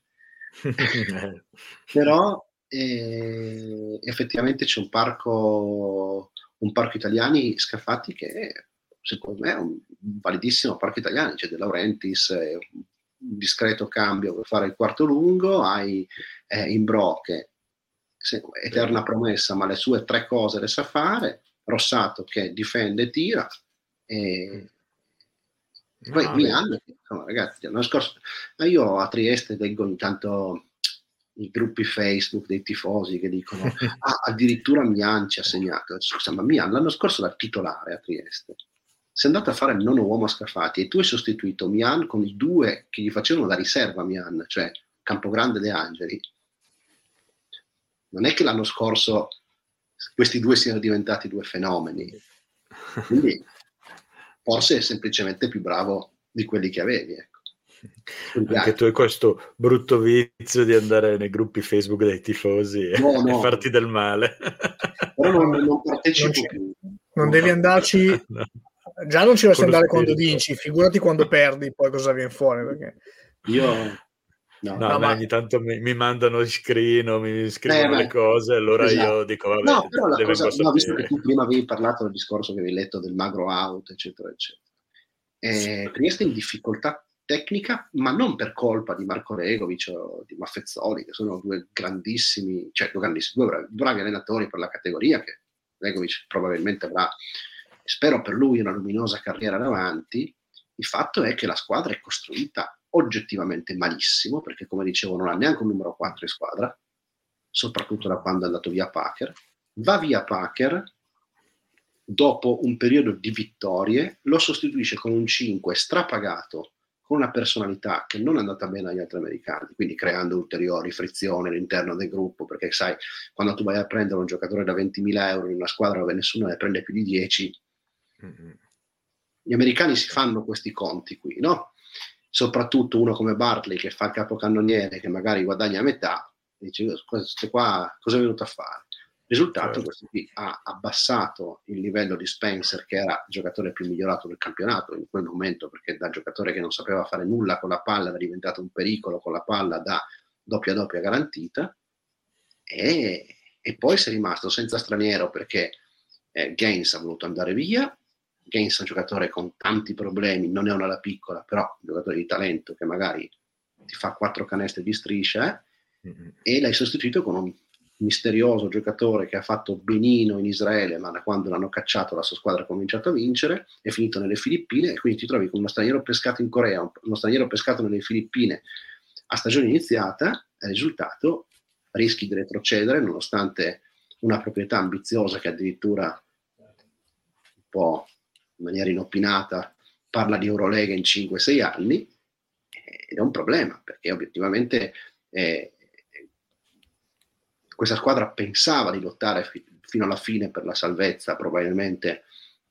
Però eh, effettivamente c'è un parco, un parco italiani Scafati che secondo me è un validissimo parco italiano. C'è De Laurentiis, eh, un discreto cambio per fare il quarto lungo, hai eh, Imbrò che eterna promessa, ma le sue tre cose le sa fare, Rossato che difende e tira, e poi ah, Milan, insomma, ragazzi, l'anno scorso io a Trieste leggo intanto i gruppi Facebook dei tifosi che dicono ah, addirittura Milan ci ha segnato. Scusa, ma Milan l'anno scorso era titolare a Trieste, sei andato a fare il nono uomo a Scafati e tu hai sostituito Milan con i due che gli facevano la riserva a Milan, cioè Campogrande e De Angeli. Non è che l'anno scorso questi due siano diventati due fenomeni, quindi forse è semplicemente più bravo di quelli che avevi, ecco. Anche tu hai questo brutto vizio di andare nei gruppi Facebook dei tifosi e, no, no. e farti del male. Però non, non partecipo non più. Non, non devi andarci, no. Già non ci lasci andare spirito. Quando vinci, figurati quando perdi, poi cosa viene fuori. Perché... Io... No, no, no ma ogni tanto mi, mi mandano screen o mi scrivono eh, le cose, allora esatto. io dico vabbè, no, però la cosa, no, visto che tu prima avevi parlato del discorso che avevi letto del magro out, eccetera, eccetera. Eh, Trieste in difficoltà tecnica, ma non per colpa di Marco Regovic o di Maffezzoli, che sono due grandissimi, cioè due grandissimi, due bravi, bravi allenatori per la categoria, che Regovic probabilmente avrà, spero per lui, una luminosa carriera davanti. Il fatto è che la squadra è costruita oggettivamente malissimo, perché come dicevo non ha neanche un numero quattro in squadra, soprattutto da quando è andato via Packer. Va via Packer, dopo un periodo di vittorie, lo sostituisce con un cinque strapagato, con una personalità che non è andata bene agli altri americani, quindi creando ulteriori frizioni all'interno del gruppo, perché sai, quando tu vai a prendere un giocatore da ventimila euro in una squadra dove nessuno ne prende più di dieci, mm-hmm. gli americani si fanno questi conti qui, no? Soprattutto uno come Bartley che fa il capocannoniere, che magari guadagna a metà, dice questo qua cosa è venuto a fare? Risultato, certo. Questo qui ha abbassato il livello di Spencer, che era il giocatore più migliorato del campionato in quel momento, perché da giocatore che non sapeva fare nulla con la palla era diventato un pericolo con la palla da doppia doppia garantita, e, e poi si è rimasto senza straniero perché eh, Gaines ha voluto andare via. Gaines è un giocatore con tanti problemi, non è una alla piccola, però un giocatore di talento che magari ti fa quattro canestri di striscia, eh, mm-hmm. e l'hai sostituito con un misterioso giocatore che ha fatto benino in Israele, ma da quando l'hanno cacciato la sua squadra ha cominciato a vincere, è finito nelle Filippine, e quindi ti trovi con uno straniero pescato in Corea, uno straniero pescato nelle Filippine a stagione iniziata. Il risultato, rischi di retrocedere nonostante una proprietà ambiziosa che addirittura un po' in maniera inopinata parla di Eurolega in cinque sei anni, ed è un problema, perché obiettivamente eh, questa squadra pensava di lottare fi- fino alla fine per la salvezza. Probabilmente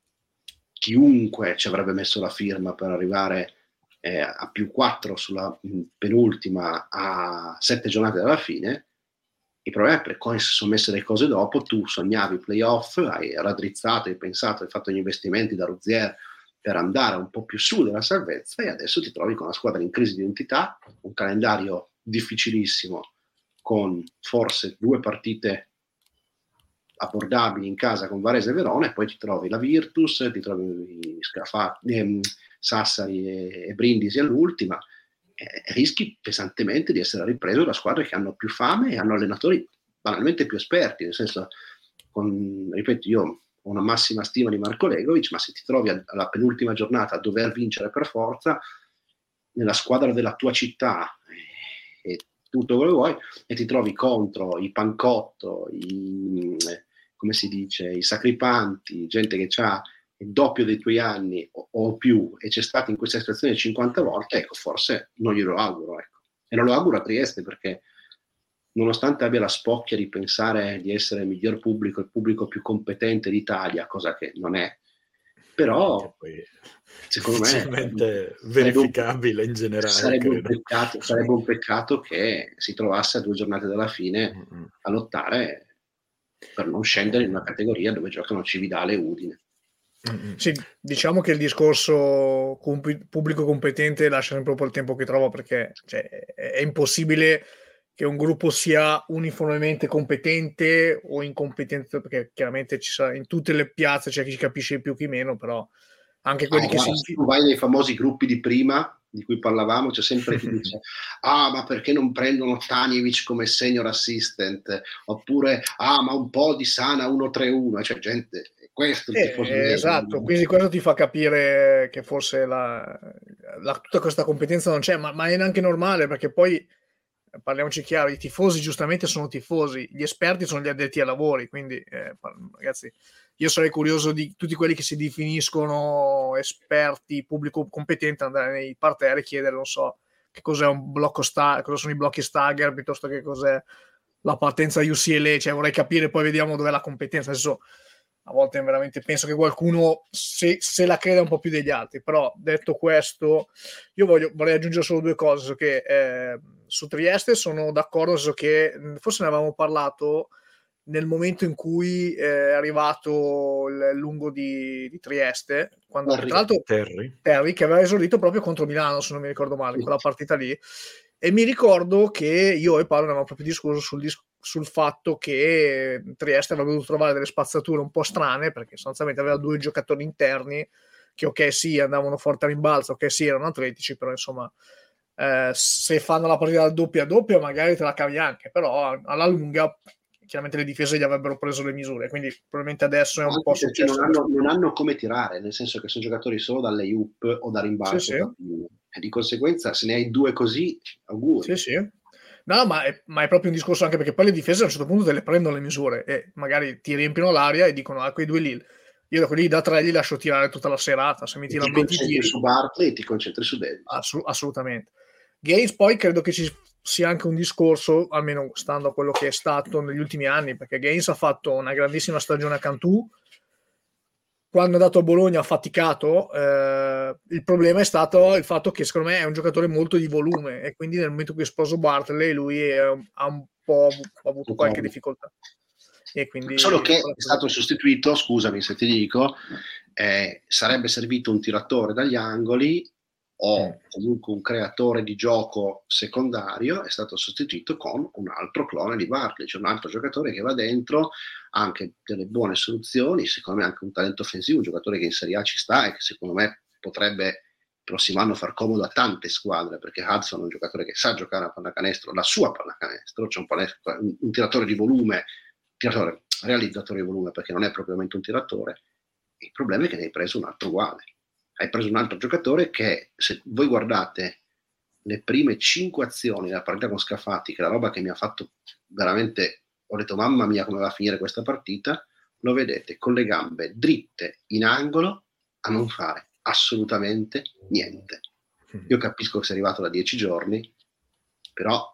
chiunque ci avrebbe messo la firma per arrivare eh, a più quattro sulla penultima a sette giornate dalla fine. Il problema è per come si sono messe le cose dopo. Tu sognavi i playoff, hai raddrizzato, hai pensato, hai fatto gli investimenti da Rozier per andare un po' più su della salvezza, e adesso ti trovi con una squadra in crisi di identità, un calendario difficilissimo, con forse due partite abbordabili in casa con Varese e Verona, e poi ti trovi la Virtus, ti trovi Scafa, ehm, Sassari e, e Brindisi all'ultima, eh, rischi pesantemente di essere ripreso da squadre che hanno più fame e hanno allenatori banalmente più esperti, nel senso, con, ripeto, io ho una massima stima di Marco Legovic, ma se ti trovi alla penultima giornata a dover vincere per forza nella squadra della tua città e, e tutto quello che vuoi, e ti trovi contro i Pancotto, i, come si dice, i Sacripanti, gente che ha il doppio dei tuoi anni o, o più, e c'è stato in questa situazione cinquanta volte, ecco, forse non glielo auguro, ecco. E non lo auguro a Trieste, perché nonostante abbia la spocchia di pensare di essere il miglior pubblico, il pubblico più competente d'Italia, cosa che non è, però secondo me verificabile in generale, sarebbe un, peccato, sarebbe un peccato che si trovasse a due giornate dalla fine a lottare per non scendere in una categoria dove giocano Cividale e Udine. Sì, diciamo che il discorso comp- pubblico competente lascia sempre un po' il tempo che trova, perché cioè, è impossibile che un gruppo sia uniformemente competente o incompetente, perché chiaramente ci sarà, in tutte le piazze c'è chi si capisce più chi meno, però anche quelli ah, che guarda, si... se tu vai nei famosi gruppi di prima di cui parlavamo, c'è sempre chi dice ah ma perché non prendono Tanjevic come senior assistant, oppure ah ma un po' di Sana uno tre uno, cioè gente, questo il tifoso eh, esatto, quindi questo ti fa capire che forse la, la, tutta questa competenza non c'è, ma, ma è anche normale, perché poi parliamoci chiaro, i tifosi giustamente sono tifosi, gli esperti sono gli addetti ai lavori, quindi eh, ragazzi, io sarei curioso di tutti quelli che si definiscono esperti, pubblico competente, andare nei parterri e chiedere, non so, che cos'è un blocco sta, cosa sono i blocchi Stagger, piuttosto che cos'è la partenza U C L A, cioè vorrei capire, poi vediamo dov'è la competenza. Adesso a volte veramente penso che qualcuno se, se la creda un po' più degli altri, però detto questo io voglio, vorrei aggiungere solo due cose, che eh, su Trieste sono d'accordo, nel senso che forse ne avevamo parlato nel momento in cui è arrivato il lungo di, di Trieste, quando Terry, tra l'altro Terry. Terry che aveva esordito proprio contro Milano, se non mi ricordo male, quella partita lì, e mi ricordo che io e Paolo avevamo proprio discorso sul, sul fatto che Trieste aveva dovuto trovare delle spazzature un po' strane, perché sostanzialmente aveva due giocatori interni che ok sì andavano forte a rimbalzo, ok sì erano atletici, però insomma eh, se fanno la partita doppia doppia magari te la cavi anche, però alla lunga chiaramente le difese gli avrebbero preso le misure, quindi probabilmente adesso è un anche po' perché successo. non hanno, non hanno come tirare, nel senso che sono giocatori solo dalle U P o da rimbalzo, sì, sì. e di conseguenza se ne hai due così, auguri. Sì, sì. No, ma è, ma è proprio un discorso, anche perché poi le difese a un certo punto te le prendono le misure e magari ti riempiono l'aria e dicono ah, quei due lì, io da quelli da tre li lascio tirare tutta la serata, se mi E tirano ti venti concentri tiri su Barkley e ti concentri su Davis. Assu- assolutamente. Gaines poi credo che ci sia anche un discorso, almeno stando a quello che è stato negli ultimi anni, perché Gaines ha fatto una grandissima stagione a Cantù, quando è andato a Bologna ha faticato, eh, il problema è stato il fatto che secondo me è un giocatore molto di volume e quindi nel momento in cui è sposo Bartley lui è, ha un po' ha avuto qualche difficoltà. E quindi, solo che è stato sostituito, scusami se ti dico, eh, sarebbe servito un tiratore dagli angoli o comunque un creatore di gioco secondario, è stato sostituito con un altro clone di Barkley, cioè un altro giocatore che va dentro, anche delle buone soluzioni, secondo me anche un talento offensivo, un giocatore che in Serie A ci sta e che secondo me potrebbe il prossimo anno far comodo a tante squadre, perché Hudson è un giocatore che sa giocare a pallacanestro, la sua pallacanestro, c'è un, palestro, un, un tiratore di volume, tiratore, realizzatore di volume, perché non è propriamente un tiratore. Il problema è che ne hai preso un altro uguale. Hai preso un altro giocatore che, se voi guardate le prime cinque azioni della partita con Scafati, che è la roba che mi ha fatto veramente, ho detto mamma mia come va a finire questa partita, lo vedete con le gambe dritte in angolo a non fare assolutamente niente. Io capisco che sei arrivato da dieci giorni, però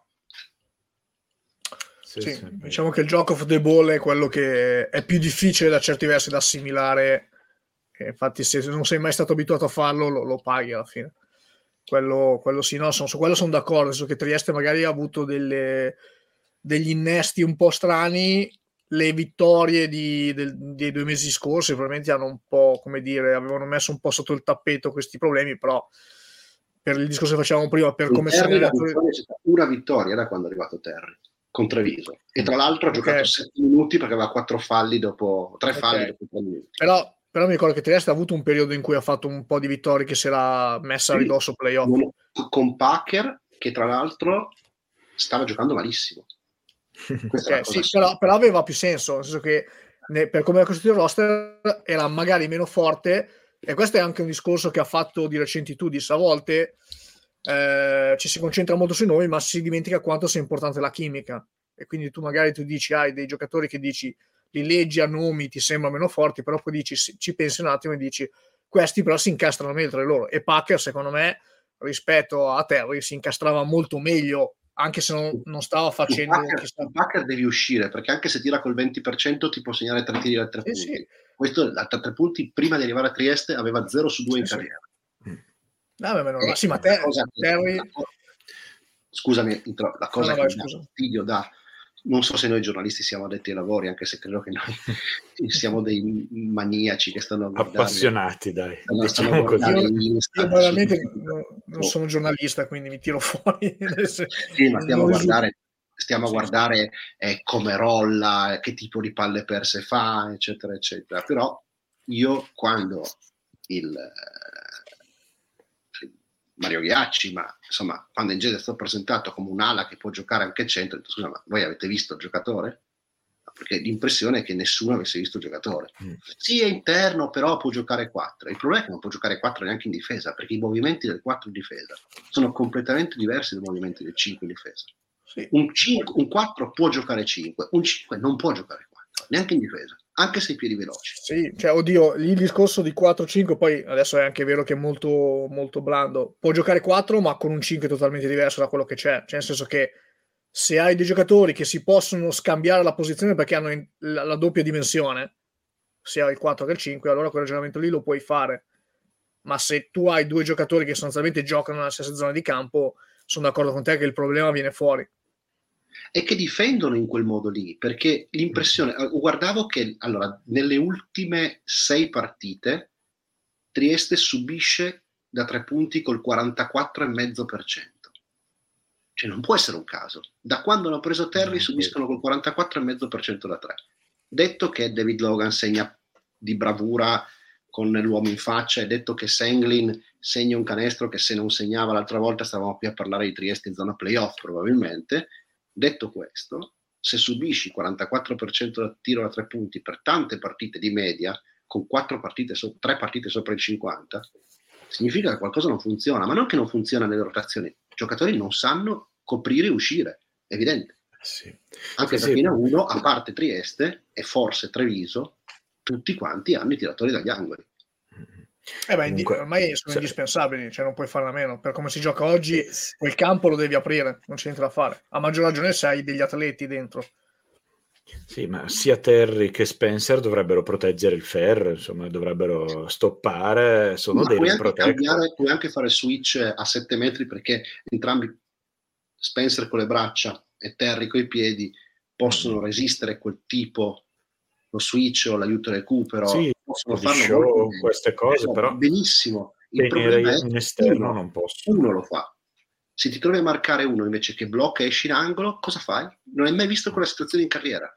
Sì, sì, diciamo che il gioco of the ball è quello che è più difficile da certi versi da assimilare. E infatti se non sei mai stato abituato a farlo lo, lo paghi alla fine, quello, quello sì, no, sono, su quello sono d'accordo, nel senso che Trieste magari ha avuto delle, degli innesti un po' strani, le vittorie di, del, dei due mesi scorsi probabilmente hanno un po', come dire, avevano messo un po' sotto il tappeto questi problemi, però per il discorso che facevamo prima, per come Terry, sono la vittoria, c'è stata una vittoria da quando è arrivato Terry con Treviso, e tra l'altro ha okay. giocato sette minuti perché aveva quattro falli dopo tre okay. falli dopo tre minuti. Però Però mi ricordo che Trieste ha avuto un periodo in cui ha fatto un po' di vittorie che si era messa a ridosso playoff. Con Packer, che tra l'altro stava giocando malissimo. Okay, sì, però, però aveva più senso, nel senso che ne, per come era costruito il roster era magari meno forte, e questo è anche un discorso che ha fatto di recenti Tudis. A volte eh, ci si concentra molto sui nomi, ma si dimentica quanto sia importante la chimica. E quindi tu magari tu dici, hai dei giocatori che dici li leggi a nomi, ti sembrano meno forti, però poi dici, ci pensi un attimo e dici questi però si incastrano meglio tra loro. E Packer secondo me rispetto a Terry si incastrava molto meglio, anche se non, non stava facendo il Packer, il Packer devi uscire, perché anche se tira col venti per cento ti può segnare tre tiri da tre sì, punti sì. Questo da tre punti prima di arrivare a Trieste aveva zero su due sì, in carriera sì. No, beh, no, eh, sì, ma te, Terry... scusami la cosa no, no, che mi dà fastidio da non so se noi giornalisti siamo addetti ai lavori, anche se credo che noi siamo dei maniaci che stanno a guardare, appassionati, dai, stanno, diciamo stanno così. Io, io veramente no, non sono giornalista, quindi mi tiro fuori. Sì, ma stiamo a guardare, stiamo a guardare eh, come rolla, che tipo di palle perse fa, eccetera, eccetera. Però io quando il eh, Mario Ghiacci, ma insomma, quando in genere è stato presentato come un'ala che può giocare anche centro, ho detto, scusa, ma voi avete visto il giocatore? Perché l'impressione è che nessuno avesse visto il giocatore. Mm. Sì, è interno, però può giocare quattro. Il problema è che non può giocare quattro neanche in difesa, perché i movimenti del quattro in difesa sono completamente diversi dai movimenti del cinque in difesa. Sì. Un, cinque, un quattro può giocare cinque, un cinque non può giocare quattro, neanche in difesa, anche se i piedi veloci. Sì, cioè, oddio, il discorso di quattro cinque, poi adesso è anche vero che è molto, molto blando. Può giocare quattro, ma con un cinque totalmente diverso da quello che c'è. Cioè, nel senso che se hai dei giocatori che si possono scambiare la posizione perché hanno in, la, la doppia dimensione, sia il quattro che il cinque, allora quel ragionamento lì lo puoi fare. Ma se tu hai due giocatori che sostanzialmente giocano nella stessa zona di campo, sono d'accordo con te che il problema viene fuori. E che difendono in quel modo lì, perché l'impressione, guardavo che allora nelle ultime sei partite Trieste subisce da tre punti col quarantaquattro virgola cinque per cento. Cioè non può essere un caso. Da quando hanno preso Terry subiscono col quarantaquattro virgola cinque per cento da tre. Detto che David Logan segna di bravura con l'uomo in faccia, e detto che Senglin segna un canestro che se non segnava l'altra volta stavamo qui a parlare di Trieste in zona playoff probabilmente. Detto questo, se subisci quarantaquattro per cento da tiro da tre punti per tante partite di media, con quattro partite so- tre partite sopra il cinquanta, significa che qualcosa non funziona, ma non che non funziona nelle rotazioni. I giocatori non sanno coprire e uscire, è evidente. Sì. Anche sì, perché sì. in A uno, a parte Trieste e forse Treviso, tutti quanti hanno i tiratori dagli angoli. Eh beh, Comunque, ormai sono sì. indispensabili, cioè non puoi farne a meno. Per come si gioca oggi, quel campo lo devi aprire, non c'è niente da fare. A maggior ragione se hai degli atleti dentro. Sì, ma sia Terry che Spencer dovrebbero proteggere il ferro, insomma, dovrebbero stoppare, sono ma dei puoi rim anche protector. Cambiare, puoi anche fare switch a sette metri, perché entrambi, Spencer con le braccia e Terry con i piedi, possono mm. resistere quel tipo, lo switch o l'aiuto recupero, sì, possono di farlo show, molto bene. queste cose, però benissimo. Il problema è in esterno uno, non posso. Uno lo fa. Se ti trovi a marcare uno invece che blocca e esci in angolo, cosa fai? Non hai mai visto quella situazione in carriera.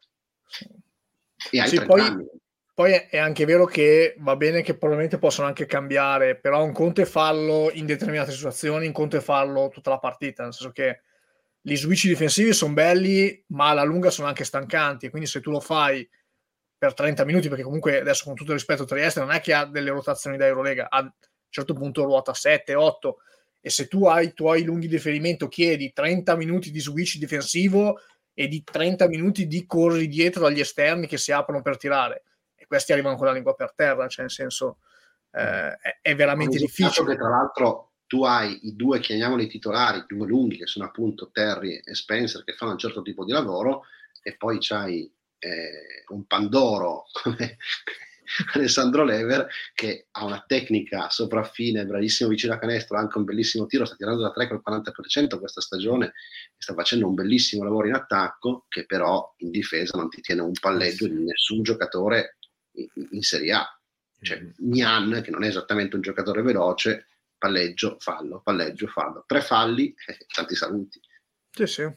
E hai sì, trenta poi, anni. Poi è anche vero che va bene che probabilmente possono anche cambiare, però un conto è farlo in determinate situazioni, un conto è farlo tutta la partita, nel senso che gli switch difensivi sono belli, ma alla lunga sono anche stancanti, quindi se tu lo fai per trenta minuti, perché comunque adesso con tutto il rispetto Trieste non è che ha delle rotazioni da Eurolega, a un certo punto ruota sette otto, e se tu hai i tuoi lunghi di riferimento chiedi trenta minuti di switch difensivo e di trenta minuti di corri dietro agli esterni che si aprono per tirare, e questi arrivano con la lingua per terra, cioè nel senso eh, è, è veramente difficile. Che tra l'altro tu hai i due, chiamiamoli titolari, due lunghi, che sono appunto Terry e Spencer, che fanno un certo tipo di lavoro, e poi c'hai eh, un Pandoro come Alessandro Lever, che ha una tecnica sopraffine, bravissimo vicino a canestro, anche un bellissimo tiro, sta tirando da tre col quaranta per cento questa stagione, e sta facendo un bellissimo lavoro in attacco, che però in difesa non ti tiene un palleggio di nessun giocatore in, in Serie A. Cioè Nian, che non è esattamente un giocatore veloce, palleggio, fallo, palleggio, fallo, tre falli, eh, tanti saluti. Sì, sì.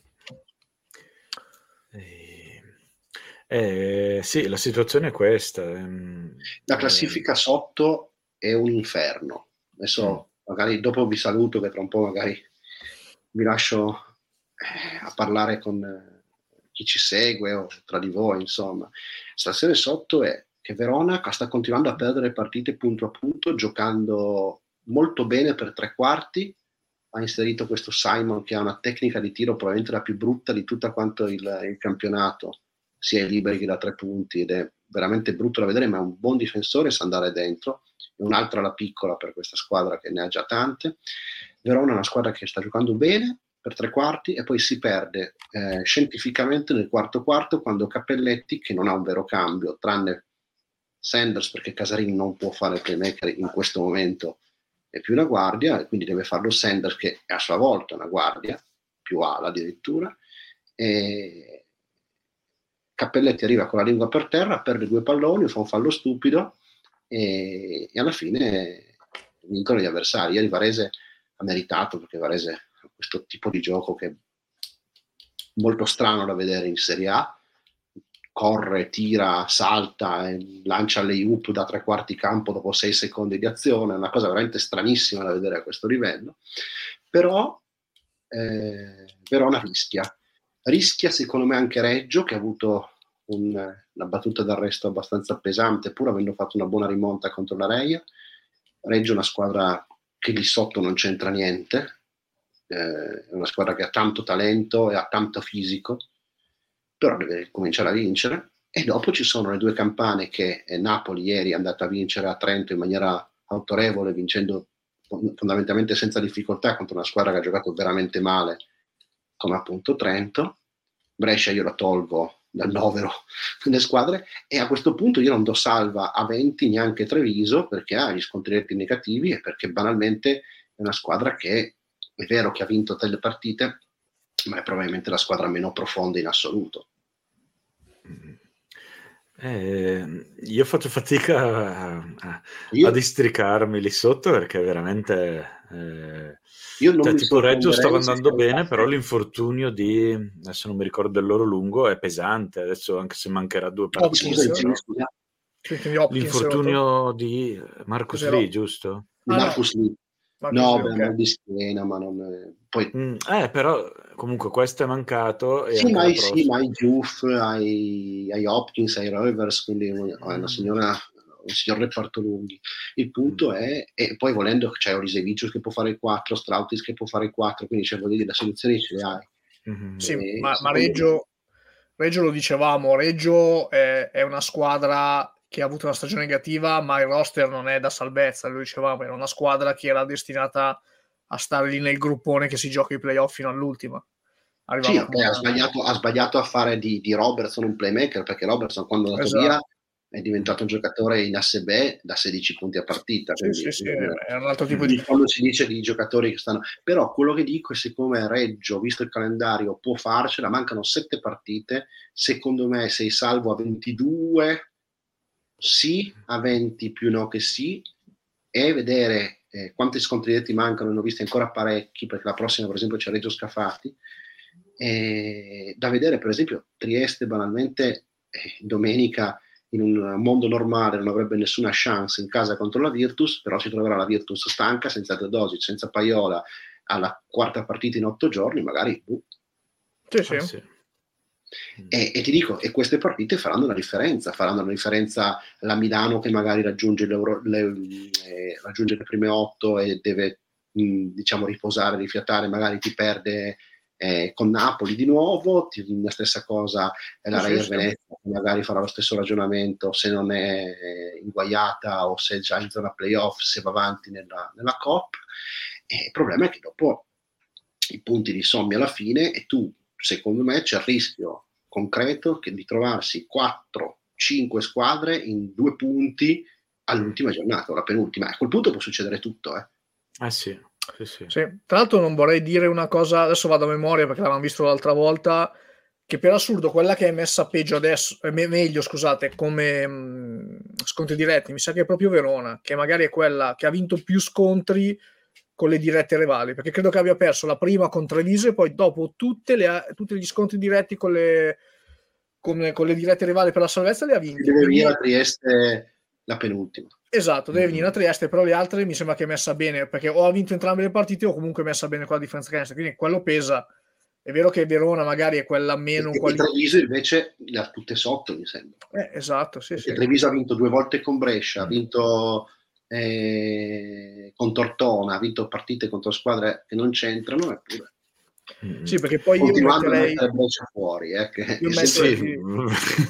Eh, eh, sì, la situazione è questa. La classifica eh. sotto è un inferno. Adesso mm. magari dopo vi saluto, che tra un po' magari vi lascio eh, a parlare con eh, chi ci segue o tra di voi, insomma. La situazione sotto è che Verona sta continuando a perdere partite punto a punto, giocando molto bene per tre quarti. Ha inserito questo Simon che ha una tecnica di tiro probabilmente la più brutta di tutto quanto il, il campionato, sia ai liberi che da tre punti, ed è veramente brutto da vedere, ma è un buon difensore, sa andare dentro. E un'altra la piccola per questa squadra che ne ha già tante. Verona è una squadra che sta giocando bene per tre quarti e poi si perde eh, scientificamente nel quarto quarto, quando Cappelletti, che non ha un vero cambio, tranne Sanders, perché Casarin non può fare il playmaker in questo momento, è più una guardia, e quindi deve farlo Sanders, che è a sua volta una guardia, più ala addirittura, e, Cappelletti arriva con la lingua per terra, perde due palloni, fa un fallo stupido e, e alla fine vincono gli avversari. Ieri Varese ha meritato, perché Varese ha questo tipo di gioco che è molto strano da vedere in Serie A, corre, tira, salta, e lancia l'e-up da tre quarti campo dopo sei secondi di azione, è una cosa veramente stranissima da vedere a questo livello, però eh, Verona rischia. Rischia secondo me anche Reggio, che ha avuto un, una battuta d'arresto abbastanza pesante, pur avendo fatto una buona rimonta contro la Reia. Reggio è una squadra che lì sotto non c'entra niente, eh, è una squadra che ha tanto talento e ha tanto fisico, però deve cominciare a vincere. E dopo ci sono le due campane che eh, Napoli ieri è andata a vincere a Trento in maniera autorevole, vincendo fondamentalmente senza difficoltà contro una squadra che ha giocato veramente male, come appunto Trento. Brescia io la tolgo dal novero delle squadre, e a questo punto io non do salva a venti neanche Treviso, perché ha gli scontri diretti negativi e perché banalmente è una squadra che è vero che ha vinto delle partite, ma è probabilmente la squadra meno profonda in assoluto. Eh, io faccio fatica a, a, io, a districarmi lì sotto, perché veramente eh, io non cioè, mi tipo Reggio stava andando bene, arrivasse... però l'infortunio di, adesso non mi ricordo il loro lungo, è pesante, adesso anche se mancherà due partite. Hopkins, no? L'infortunio di Marcus Lee, giusto? Di ah, Marcus no. Lee. Marcus no, Lee, beh, okay. mal di schiena, ma non è... Poi... Mm, eh, però comunque questo è mancato. E sì, anche ma la hai, prossima. sì, ma hai Diouf, hai, hai Hopkins, hai Rovers, quindi è una signora, un signor reparto lunghi. Il punto mm. è, e poi volendo c'è Orisevicius che può fare il quattro, Strautis che può fare il quattro, quindi cioè, voglio dire, le soluzioni ce le hai. Mm-hmm. Sì, ma, ma Reggio, Reggio lo dicevamo, Reggio è, è una squadra che ha avuto una stagione negativa, ma il roster non è da salvezza, lo dicevamo, era una squadra che era destinata a stare lì nel gruppone che si gioca i playoff fino all'ultima. Sì, okay, ha, sbagliato, ha sbagliato a fare di, di Robertson un playmaker, perché Robertson quando è andato esatto. via è diventato un giocatore in A S B da sedici punti a partita. Sì, quindi, sì, sì, è un altro tipo di... Quando si dice di giocatori che stanno... Però quello che dico è, secondo me Reggio, visto il calendario, può farcela, mancano sette partite, secondo me sei salvo a ventidue, sì, a venti più no che sì, e vedere eh, quanti scontri diretti mancano, ne ho visti ancora parecchi, perché la prossima per esempio c'è Reggio Scafati, e da vedere per esempio Trieste banalmente eh, domenica in un mondo normale non avrebbe nessuna chance in casa contro la Virtus, però si troverà la Virtus stanca, senza Teodosic, senza Paiola, alla quarta partita in otto giorni, magari uh. sì, sì. Ah, sì. E, e ti dico, e queste partite faranno la differenza, faranno la differenza la Milano che magari raggiunge, le, eh, raggiunge le prime otto e deve mh, diciamo riposare, rifiatare, magari ti perde Eh, con Napoli di nuovo, ti, la stessa cosa è la Real Venezia, che magari farà lo stesso ragionamento se non è eh, inguaiata o se è già in zona playoff, se va avanti nella, nella Coppa. E il problema è che dopo i punti li sommi alla fine e tu, secondo me, c'è il rischio concreto che di trovarsi quattro cinque squadre in due punti all'ultima giornata o la penultima. A quel punto può succedere tutto, eh. Ah sì. Sì, sì. Sì. Tra l'altro non vorrei dire una cosa, adesso vado a memoria perché l'avevamo visto l'altra volta, che per assurdo quella che è messa peggio adesso, eh, meglio scusate, come mh, scontri diretti, mi sa che è proprio Verona, che magari è quella che ha vinto più scontri con le dirette rivali, perché credo che abbia perso la prima con Treviso e poi dopo tutte le, tutti gli scontri diretti con le, con, con le dirette rivali per la salvezza le ha vinte. Deve venire a Trieste la penultima. Esatto, deve venire a Trieste, però le altre mi sembra che è messa bene, perché o ha vinto entrambe le partite o comunque è messa bene con la differenza canestro, quindi quello pesa. È vero che Verona magari è quella meno... E, quali... e Treviso invece le ha tutte sotto, mi sembra. Eh, esatto, sì, sì. Treviso ha vinto due volte con Brescia, ha vinto eh, con Tortona, ha vinto partite contro squadre che non c'entrano, eppure... Mm. Sì, perché poi continuando io metterei... a mettere Brescia fuori, eh, che io sempre... sì. no.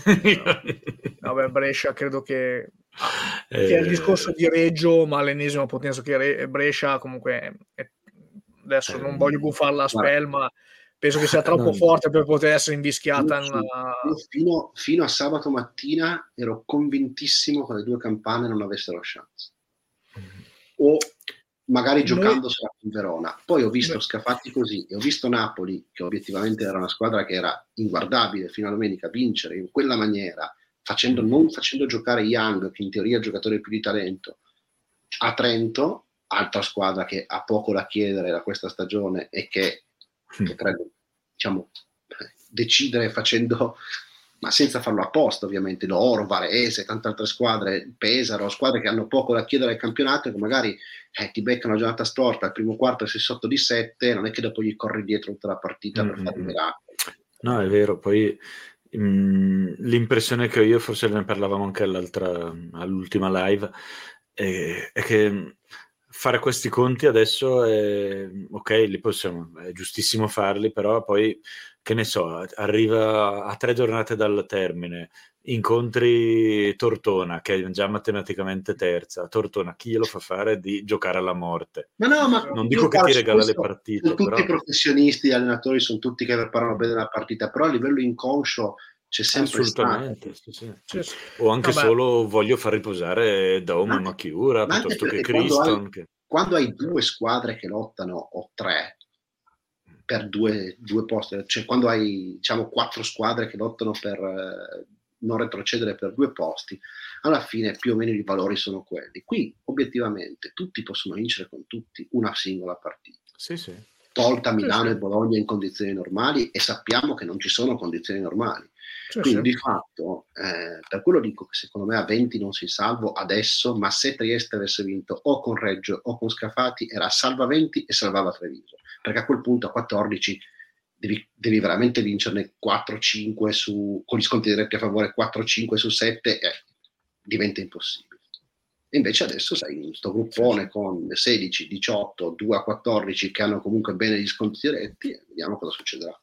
Vabbè, Brescia credo che che è il discorso di Reggio, ma l'ennesima potenza che Re- Brescia comunque è... adesso non voglio buffarla a spell, ma penso che sia troppo no. forte per poter essere invischiata in una... Io fino, fino a sabato mattina ero convintissimo che le due campane non avessero chance, o magari giocandosela con Verona. Poi ho visto Noi... Scafati così e ho visto Napoli, che obiettivamente era una squadra che era inguardabile fino a domenica, vincere in quella maniera, facendo, non facendo giocare Young, che in teoria è il giocatore più di talento, a Trento, altra squadra che ha poco da chiedere da questa stagione e che potrebbe, diciamo, decidere facendo, ma senza farlo apposta ovviamente, loro, Varese, tante altre squadre, Pesaro, squadre che hanno poco da chiedere al campionato e che magari eh, ti beccano una giornata storta al primo quarto e sei sotto di sette, non è che dopo gli corri dietro tutta la partita mm-hmm. per fare i miracoli. No, è vero, poi mh, l'impressione che ho io, forse ne parlavamo anche all'altra, all'ultima live, è, è che fare questi conti adesso è ok, li possiamo, è giustissimo farli, però poi, che ne so, arriva a tre giornate dal termine, incontri Tortona, che è già matematicamente terza. Tortona, chi glielo fa fare di giocare alla morte? Ma no, ma non dico che ti regala le partite. Sono tutti però... professionisti, gli allenatori sono tutti che preparano bene la partita, però a livello inconscio c'è sempre assolutamente sì, sì. Sì, sì. O anche Vabbè. solo voglio far riposare Dome e Machiura piuttosto che Criston. Quando, che... quando hai due squadre che lottano, o tre, per due, due posti, cioè quando hai diciamo quattro squadre che lottano per eh, non retrocedere per due posti, alla fine più o meno i valori sono quelli. Qui obiettivamente tutti possono vincere con tutti una singola partita. Sì, sì. Tolta Milano sì, sì. e Bologna in condizioni normali, e sappiamo che non ci sono condizioni normali. Sì, Quindi sì. di fatto, eh, per quello dico che secondo me a venti non si salvo adesso, ma se Trieste avesse vinto o con Reggio o con Scafati era salva venti e salvava Treviso, perché a quel punto a quattordici devi, devi veramente vincerne quattro cinque su, con gli sconti diretti a favore quattro cinque su sette, e diventa impossibile. E invece adesso sei in sto gruppone con sedici, diciotto, due a quattordici che hanno comunque bene gli sconti diretti, e vediamo cosa succederà.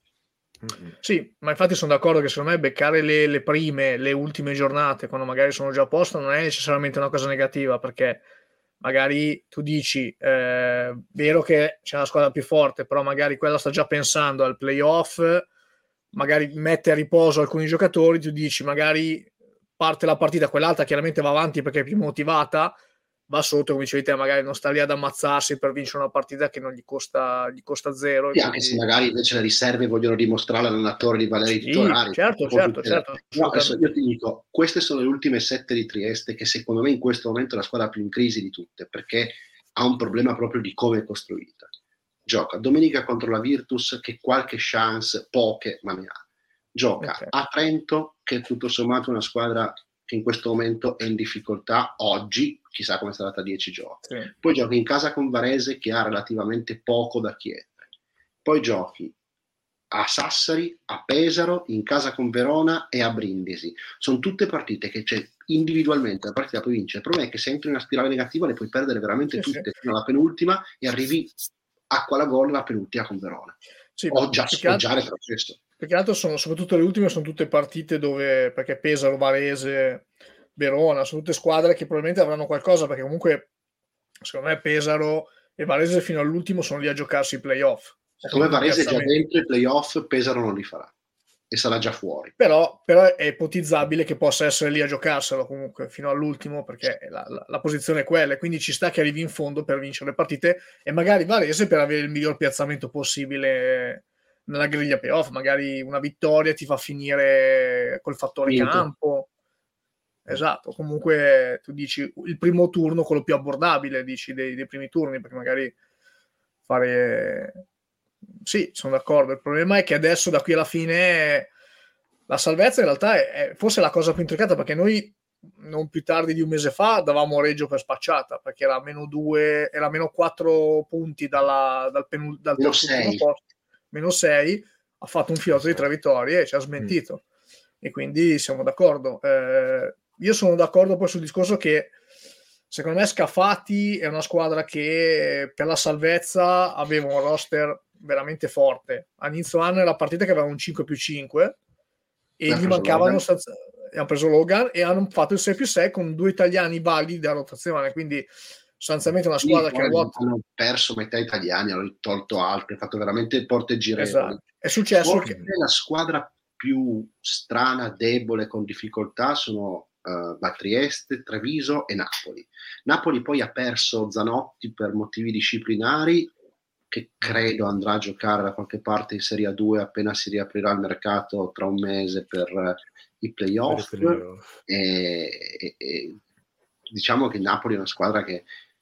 Sì, ma infatti sono d'accordo che secondo me beccare le, le prime, le ultime giornate, quando magari sono già a posto, non è necessariamente una cosa negativa, perché magari tu dici, eh, vero che c'è una squadra più forte, però magari quella sta già pensando al playoff, magari mette a riposo alcuni giocatori, tu dici magari parte la partita, quell'altra chiaramente va avanti perché è più motivata, va sotto, come dicevi te, magari non sta lì ad ammazzarsi per vincere una partita che non gli costa, gli costa zero. Sì, anche quindi... se magari invece le riserve vogliono dimostrare all'allenatore di valere i titolari. Sì, certo, certo, certo. No, adesso io ti dico, queste sono le ultime sette di Trieste, che secondo me in questo momento è la squadra più in crisi di tutte, perché ha un problema proprio di come è costruita. Gioca domenica contro la Virtus, che qualche chance, poche, ma ne ha. Gioca okay. a Trento, che è tutto sommato una squadra che in questo momento è in difficoltà oggi, chissà come sarà tra dieci giorni. Sì. Poi giochi in casa con Varese, che ha relativamente poco da chiedere. Poi giochi a Sassari, a Pesaro, in casa con Verona e a Brindisi. Sono tutte partite che c'è individualmente la partita puoi vincere. Il problema è che se entri in una spirale negativa le puoi perdere veramente sì, tutte, sì. fino alla penultima, e arrivi acqua alla gol la penultima con Verona. Sì, o già, o già retrocesso. Perché altro sono, soprattutto le ultime, sono tutte partite dove, perché Pesaro, Varese, Verona, sono tutte squadre che probabilmente avranno qualcosa, perché comunque secondo me Pesaro e Varese fino all'ultimo sono lì a giocarsi i playoff. Come Varese è già dentro i playoff, Pesaro non li farà e sarà già fuori. Però, però è ipotizzabile che possa essere lì a giocarselo comunque fino all'ultimo, perché la, la, la posizione è quella, e quindi ci sta che arrivi in fondo per vincere le partite, e magari Varese per avere il miglior piazzamento possibile nella griglia playoff. Magari una vittoria ti fa finire col fattore Vinto. campo. Esatto, comunque tu dici il primo turno, quello più abbordabile, dici dei, dei primi turni, perché magari fare... Sì, sono d'accordo. Il problema è che adesso da qui alla fine la salvezza in realtà è, è forse la cosa più intricata, perché noi non più tardi di un mese fa davamo Reggio per spacciata, perché era meno due, era meno quattro punti dalla, dal, penul, dal meno sei. posto, meno sei, ha fatto un filotto di tre vittorie e ci ha smentito. Mm. E quindi siamo d'accordo. Eh, io sono d'accordo poi sul discorso che secondo me Scafati è una squadra che per la salvezza aveva un roster veramente forte. All'inizio anno era la partita che aveva un cinque più cinque e gli mancavano stanza... hanno preso Logan e hanno fatto il sei più sei con due italiani validi da rotazione, quindi sostanzialmente una squadra sì, che ruota... hanno perso metà italiani, hanno tolto altri, hanno fatto veramente porte girevoli. Esatto. È successo che la squadra più strana, debole, con difficoltà sono uh, Trieste, Treviso e Napoli. Napoli poi ha perso Zanotti per motivi disciplinari, che credo andrà a giocare da qualche parte in Serie A due appena si riaprirà il mercato tra un mese per uh, i playoff. Per i playoff. E, e, e diciamo che Napoli è una squadra che,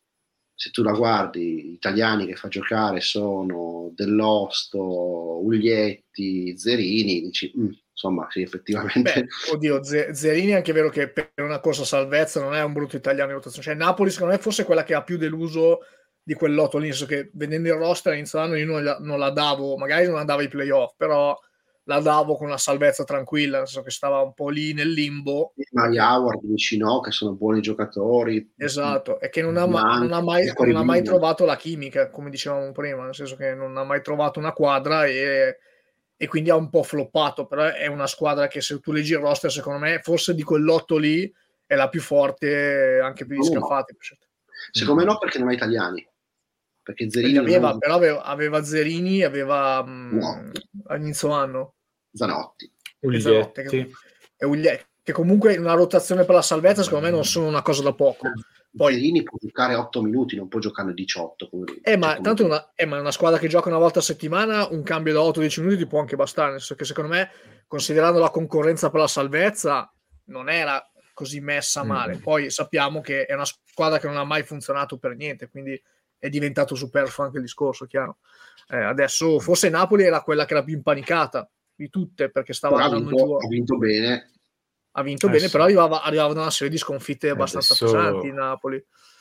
se tu la guardi, gli italiani che fa giocare sono Dell'Osto, Uglietti, Zerini, dici, mm, insomma, sì, effettivamente. Beh, oddio, Z- Zerini è anche vero che per una corsa salvezza non è un brutto italiano in rotazione. Cioè, Napoli, secondo me, forse è quella che ha più deluso di quel lotto lì, nel senso che vedendo il roster all'inizio dell'anno io non la, non la davo, magari non andava ai playoff, però la davo con una salvezza tranquilla, nel senso che stava un po' lì nel limbo. Ma gli Howard vicino, che sono buoni giocatori. Esatto, e che non ha, ma, non ha, mai, non ha mai trovato la chimica, come dicevamo prima, nel senso che non ha mai trovato una quadra e, e quindi ha un po' floppato, però è una squadra che, se tu leggi il roster, secondo me, forse di quell'otto lì è la più forte anche per gli no, scaffati. No. Secondo me no, perché non ha italiani. Perché Zerini aveva, non... però aveva, aveva Zerini, aveva no. all'inizio anno Zanotti, Uglietti. Che, e Uglietti, che comunque in una rotazione per la salvezza secondo me non sono una cosa da poco. Poi Zerini può giocare otto minuti, non può giocare diciotto. Come... Eh, ma tanto è una, eh, ma una squadra che gioca una volta a settimana, un cambio da otto dieci minuti ti può anche bastare, nel senso che secondo me, considerando la concorrenza per la salvezza, non era così messa male. Mm. Poi sappiamo che è una squadra che non ha mai funzionato per niente, quindi è diventato superfluo anche il discorso, chiaro. Eh, adesso forse Napoli era quella che era più impanicata di tutte, perché stava però andando ha vinto, giù. Ha vinto bene. Ha vinto eh bene, sì. Però arrivava, arrivava da una serie di sconfitte abbastanza adesso... pesanti in Napoli.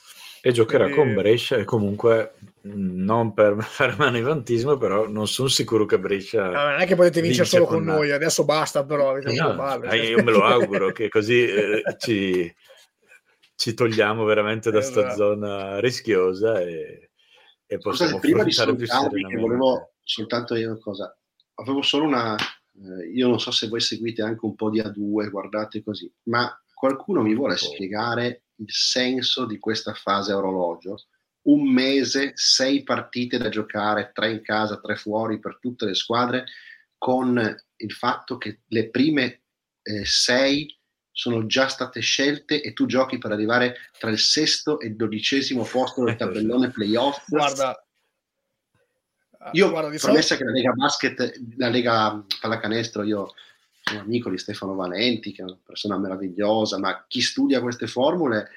E giocherà Quindi... con Brescia, e comunque non per fare manivantismo, però non sono sicuro che Brescia no, non è che potete vincere solo con, con noi, adesso basta, però avete eh un po' no, male. eh, io me lo auguro, che così eh, ci, ci togliamo veramente da sta esatto. zona rischiosa e, e possiamo Scusate, prima di più serenamente. Volevo soltanto dire una cosa, avevo solo una eh, io non so se voi seguite anche un po' di A due, guardate così, ma qualcuno mi vuole spiegare il senso di questa fase a orologio? Un mese, sei partite da giocare, tre in casa, tre fuori per tutte le squadre, con il fatto che le prime eh, sei sono già state scelte e tu giochi per arrivare tra il sesto e il dodicesimo posto del tabellone playoff. Guarda, io guarda, di promessa solito... che la Lega Basket, la Lega Pallacanestro, io sono amico di Stefano Valenti, che è una persona meravigliosa, ma chi studia queste formule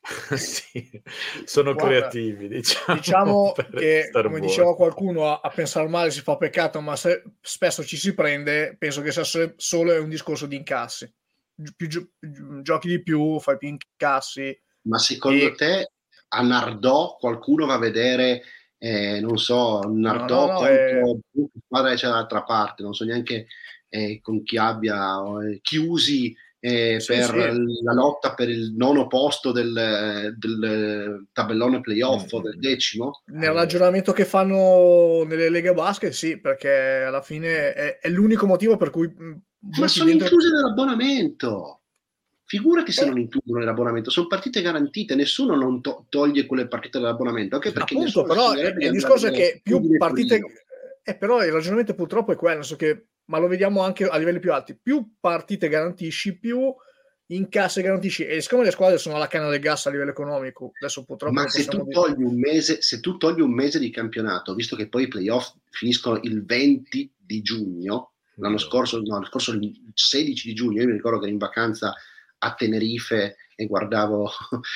sì, sono Guarda, creativi, diciamo, diciamo che, come buoni. diceva qualcuno, a, a pensare male si fa peccato, ma se spesso ci si prende, penso che sia solo un discorso di incassi. Più gio- giochi di più, fai più incassi. Ma secondo e... te a Nardò qualcuno va a vedere, eh, non so, Nardò no, no, no, contro è... squadra c'è dall'altra parte, non so neanche eh, con chi abbia eh, chiusi Eh, sì, per sì. la lotta per il nono posto del, del tabellone playoff o mm. del decimo. Nel ragionamento che fanno nelle leghe basket, sì, perché alla fine è, è l'unico motivo per cui ma sono dentro... incluse nell'abbonamento. Figurati se eh. non includono nell'abbonamento, sono partite garantite, nessuno non to- toglie quelle partite dall'abbonamento, anche perché appunto, però è, il discorso è che più partite eh, però il ragionamento purtroppo è quello, so che ma lo vediamo anche a livelli più alti, più partite garantisci, più incassi garantisci, e siccome le squadre sono alla canna del gas a livello economico, adesso purtroppo ma se tu togli un mese, se tu togli un mese di campionato, visto che poi i playoff finiscono il venti di giugno, l'anno no. scorso, no, l'anno scorso il sedici di giugno, io mi ricordo che ero in vacanza a Tenerife e guardavo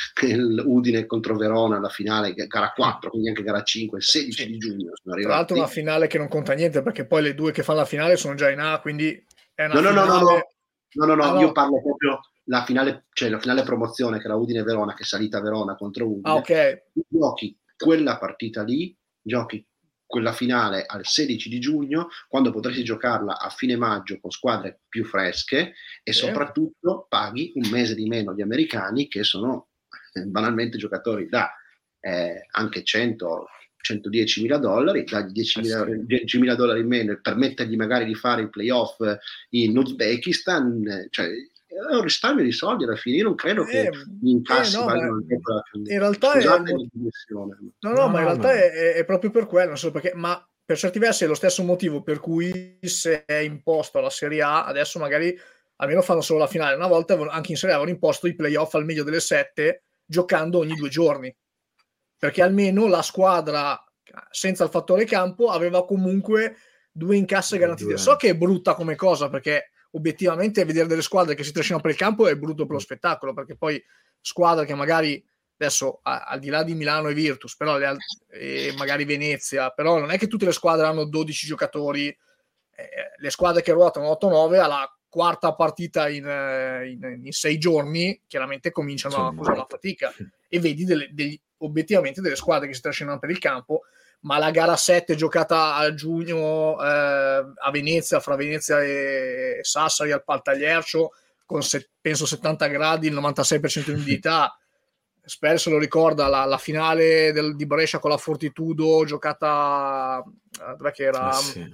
il Udine contro Verona, la finale, gara quattro, quindi anche gara cinque, il sedici sì. di giugno sono arrivati. Tra l'altro una finale che non conta niente, perché poi le due che fanno la finale sono già in A, quindi è una no, no, finale... no, no, no, no, no, ah, no. io parlo proprio la finale, cioè la finale promozione, che era Udine Verona, che è salita Verona contro Udine. Ah, ok. Tu giochi quella partita lì, giochi quella finale al sedici di giugno, quando potresti giocarla a fine maggio con squadre più fresche e sì. soprattutto paghi un mese di meno gli americani, che sono eh, banalmente giocatori da eh, anche cento centodieci mila dollari, dagli diecimila dollari in meno e permettergli magari di fare i playoff in Uzbekistan, cioè è un risparmio di soldi alla fine. Io non credo eh, che gli incassi eh, no, valgano in realtà Scusate è la dimensione. No, no, no, ma in realtà no. È, è proprio per quello, non so perché, ma per certi versi è lo stesso motivo per cui si è imposto alla Serie A, adesso magari almeno fanno solo la finale. Una volta anche in Serie A avevano imposto i playoff al meglio delle sette, giocando ogni due giorni, perché almeno la squadra senza il fattore campo aveva comunque due incasse garantite. So che è brutta come cosa, perché obiettivamente vedere delle squadre che si trascinano per il campo è brutto per lo spettacolo, perché poi squadre che magari adesso a, al di là di Milano e Virtus, però le al- e magari Venezia, però non è che tutte le squadre hanno dodici giocatori, eh, le squadre che ruotano otto nove alla quarta partita in, eh, in, in sei giorni chiaramente cominciano a usare la fatica, e vedi delle, degli, obiettivamente delle squadre che si trascinano per il campo. Ma la gara sette giocata a giugno eh, a Venezia, fra Venezia e Sassari al Paltagliercio, con se, penso settanta gradi, il novantasei per cento di umidità, spero se lo ricorda la, la finale del, di Brescia con la Fortitudo giocata dov'è che era? Ah, sì.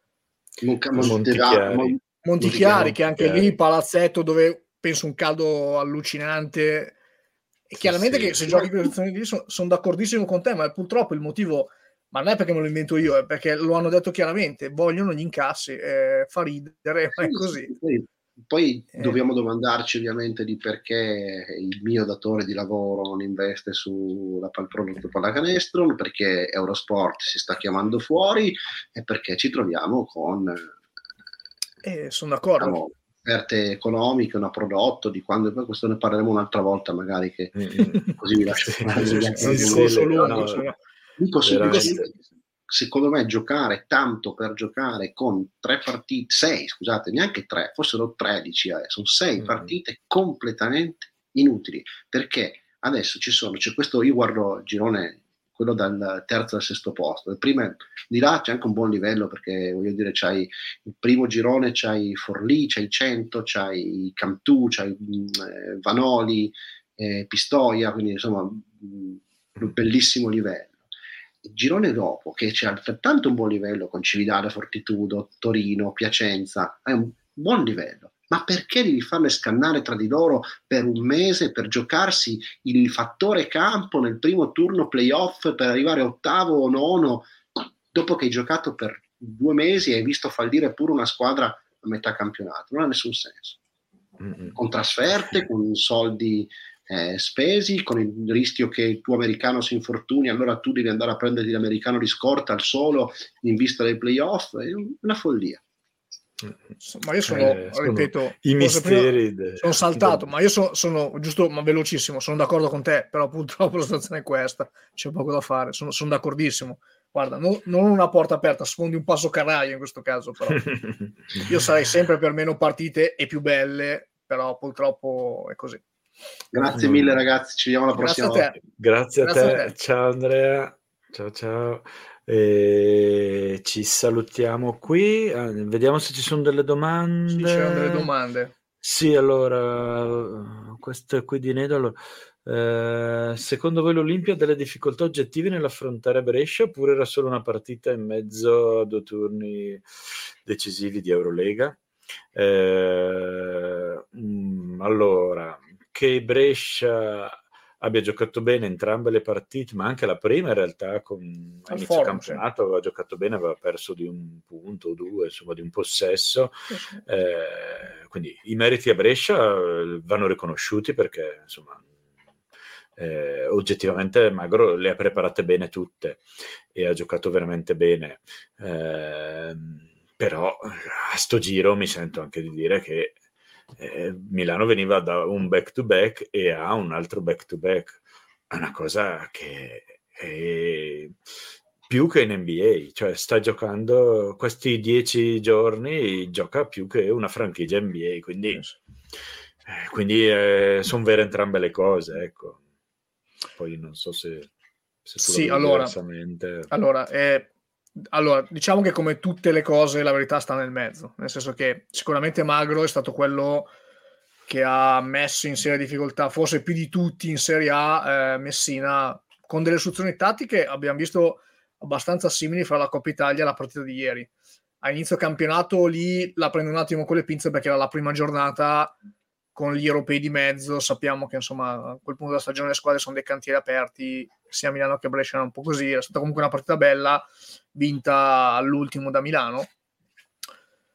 Montichiari. Montichiari, che anche lì palazzetto dove penso un caldo allucinante, e chiaramente sì, che se sì. giochi quelle situazioni lì sono son d'accordissimo con te, ma purtroppo il motivo, ma non è perché me lo invento io, è perché lo hanno detto chiaramente, vogliono gli incassi, eh, fa ridere, ma è così. Sì, poi poi eh. dobbiamo domandarci ovviamente di perché il mio datore di lavoro non investe sul prodotto pallacanestro, perché Eurosport si sta chiamando fuori e perché ci troviamo con eh, sono d'accordo. Diciamo, offerte economiche, un prodotto di quando, poi questo ne parleremo un'altra volta magari, che mm-hmm. così vi lascio fare sì, sì, sì, un discorso lungo, no, dico, dico, secondo me giocare tanto per giocare con tre partite, sei scusate, neanche tre, fossero tredici, eh, sono sei mm-hmm. partite completamente inutili, perché adesso ci sono, c'è questo, io guardo il girone, quello dal terzo al sesto posto, il primo, di là c'è anche un buon livello, perché voglio dire c'hai il primo girone, c'hai Forlì, c'hai cento, c'hai Cantù, c'hai eh, Vanoli, eh, Pistoia, quindi insomma un bellissimo livello. Il girone dopo, che c'è altrettanto un buon livello con Cividale, Fortitudo, Torino, Piacenza, è un buon livello, ma perché devi farle scannare tra di loro per un mese per giocarsi il fattore campo nel primo turno playoff per arrivare ottavo o nono, dopo che hai giocato per due mesi e hai visto fallire pure una squadra a metà campionato? Non ha nessun senso. Mm-hmm. Con trasferte, con soldi Eh, spesi, con il rischio che il tuo americano si infortuni, allora tu devi andare a prenderti l'americano di scorta al solo in vista dei playoff, è una follia. Ma io sono, eh, ripeto, sono i misteri de... sono saltato, de... ma io so, sono giusto, ma velocissimo, sono d'accordo con te, però purtroppo la situazione è questa, c'è poco da fare, sono, sono d'accordissimo. Guarda, no, non una porta aperta, sfondi un passo carraio in questo caso, però io sarei sempre per meno partite e più belle, però purtroppo è così. Grazie mille ragazzi, ci vediamo la Grazie prossima a te. volta. Grazie, Grazie a, te. a te, ciao Andrea, ciao ciao, e ci salutiamo qui, vediamo se ci sono delle domande. Sì, c'erano delle domande. Sì, allora, questo è qui di Nedo. Eh, secondo voi l'Olimpia ha delle difficoltà oggettive nell'affrontare Brescia, oppure era solo una partita in mezzo a due turni decisivi di Eurolega? Eh, mh, allora, che Brescia abbia giocato bene entrambe le partite, ma anche la prima in realtà con inizio forum, campionato sì. aveva giocato bene, aveva perso di un punto o due, insomma di un possesso, sì, sì. Eh, quindi i meriti a Brescia vanno riconosciuti, perché insomma eh, oggettivamente Magro le ha preparate bene tutte e ha giocato veramente bene, eh, però a sto giro mi sento anche di dire che Eh, Milano veniva da un back to back e ha un altro back to back, è una cosa che è più che in N B A, cioè sta giocando questi dieci giorni, gioca più che una franchigia N B A, quindi, eh, quindi eh, sono vere entrambe le cose, ecco. Poi non so se, se tu sì, la vedi allora, diversamente. Allora, eh, allora, diciamo che come tutte le cose la verità sta nel mezzo, nel senso che sicuramente Magro è stato quello che ha messo in seria difficoltà, forse più di tutti in Serie A, eh, Messina, con delle soluzioni tattiche abbiamo visto abbastanza simili fra la Coppa Italia e la partita di ieri. A inizio campionato lì la prendo un attimo con le pinze, perché era la prima giornata con gli europei di mezzo, sappiamo che insomma a quel punto della stagione le squadre sono dei cantieri aperti, sia Milano che Brescia, un po' così, è stata comunque una partita bella, vinta all'ultimo da Milano.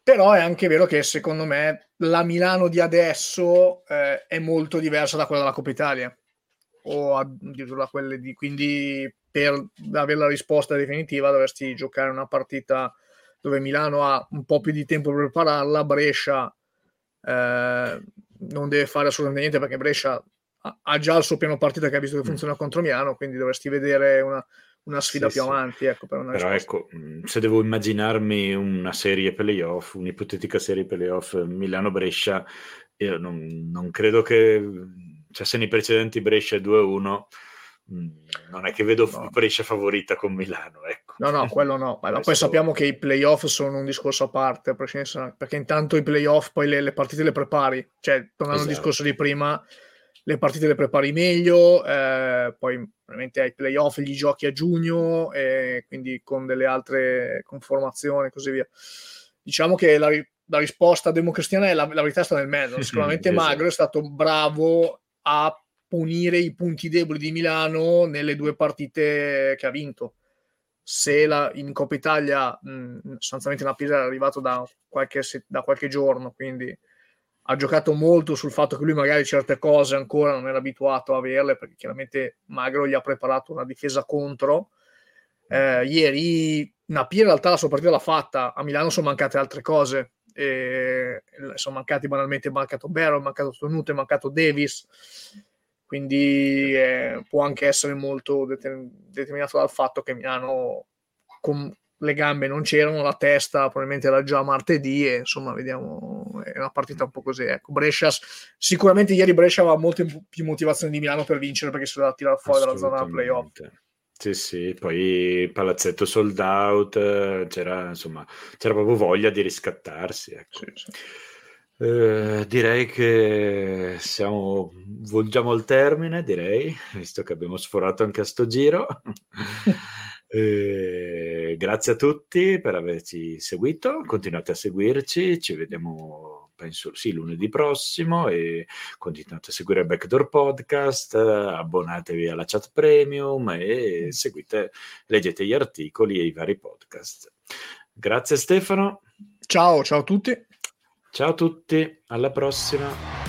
Però è anche vero che secondo me la Milano di adesso eh, è molto diversa da quella della Coppa Italia, o addirittura quelle di... Quindi per avere la risposta definitiva dovresti giocare una partita dove Milano ha un po' più di tempo per prepararla, Brescia eh, non deve fare assolutamente niente perché Brescia ha, ha già il suo piano partita che ha visto che funziona mm. contro Milano, quindi dovresti vedere una... una sfida sì, più avanti, sì. Ecco, per una però risposta. Ecco, se devo immaginarmi una serie playoff, un'ipotetica serie playoff Milano-Brescia, io non, non credo che, cioè se nei precedenti Brescia è due a uno, non è che vedo no. Brescia favorita con Milano, ecco. No, no, quello no. Ma poi sappiamo che i playoff sono un discorso a parte, perché intanto i playoff poi le, le partite le prepari, cioè tornando esatto. al discorso di prima, le partite le prepari meglio, eh, poi ovviamente ai playoff gli giochi a giugno, e quindi con delle altre conformazioni e così via. Diciamo che la, la risposta democristiana è la, la verità sta nel mezzo. Sicuramente esatto. Magro è stato bravo a punire i punti deboli di Milano nelle due partite che ha vinto. Se la, in Coppa Italia mh, sostanzialmente Napier era arrivato da qualche, da qualche giorno, quindi ha giocato molto sul fatto che lui magari certe cose ancora non era abituato a averle, perché chiaramente Magro gli ha preparato una difesa contro. Eh, ieri Napier in realtà la sua partita l'ha fatta, a Milano sono mancate altre cose, e sono mancati banalmente, è mancato Barrow, è mancato Tonute, è mancato Davis, quindi eh, può anche essere molto determin- determinato dal fatto che Milano con le gambe non c'erano, la testa probabilmente era già martedì, e insomma vediamo, è una partita un po' così, ecco. Brescia sicuramente ieri Brescia aveva molte più motivazioni di Milano per vincere, perché si doveva tirare fuori dalla zona della playoff. Sì, sì, poi palazzetto sold out, c'era insomma c'era proprio voglia di riscattarsi, ecco. Sì, sì. Eh, direi che siamo volgiamo al termine, direi, visto che abbiamo sforato anche a sto giro. Eh, grazie a tutti per averci seguito, continuate a seguirci, ci vediamo penso sì lunedì prossimo, e continuate a seguire Backdoor Podcast, abbonatevi alla chat premium e seguite, leggete gli articoli e i vari podcast. Grazie Stefano. Ciao, ciao a tutti. Ciao a tutti, alla prossima.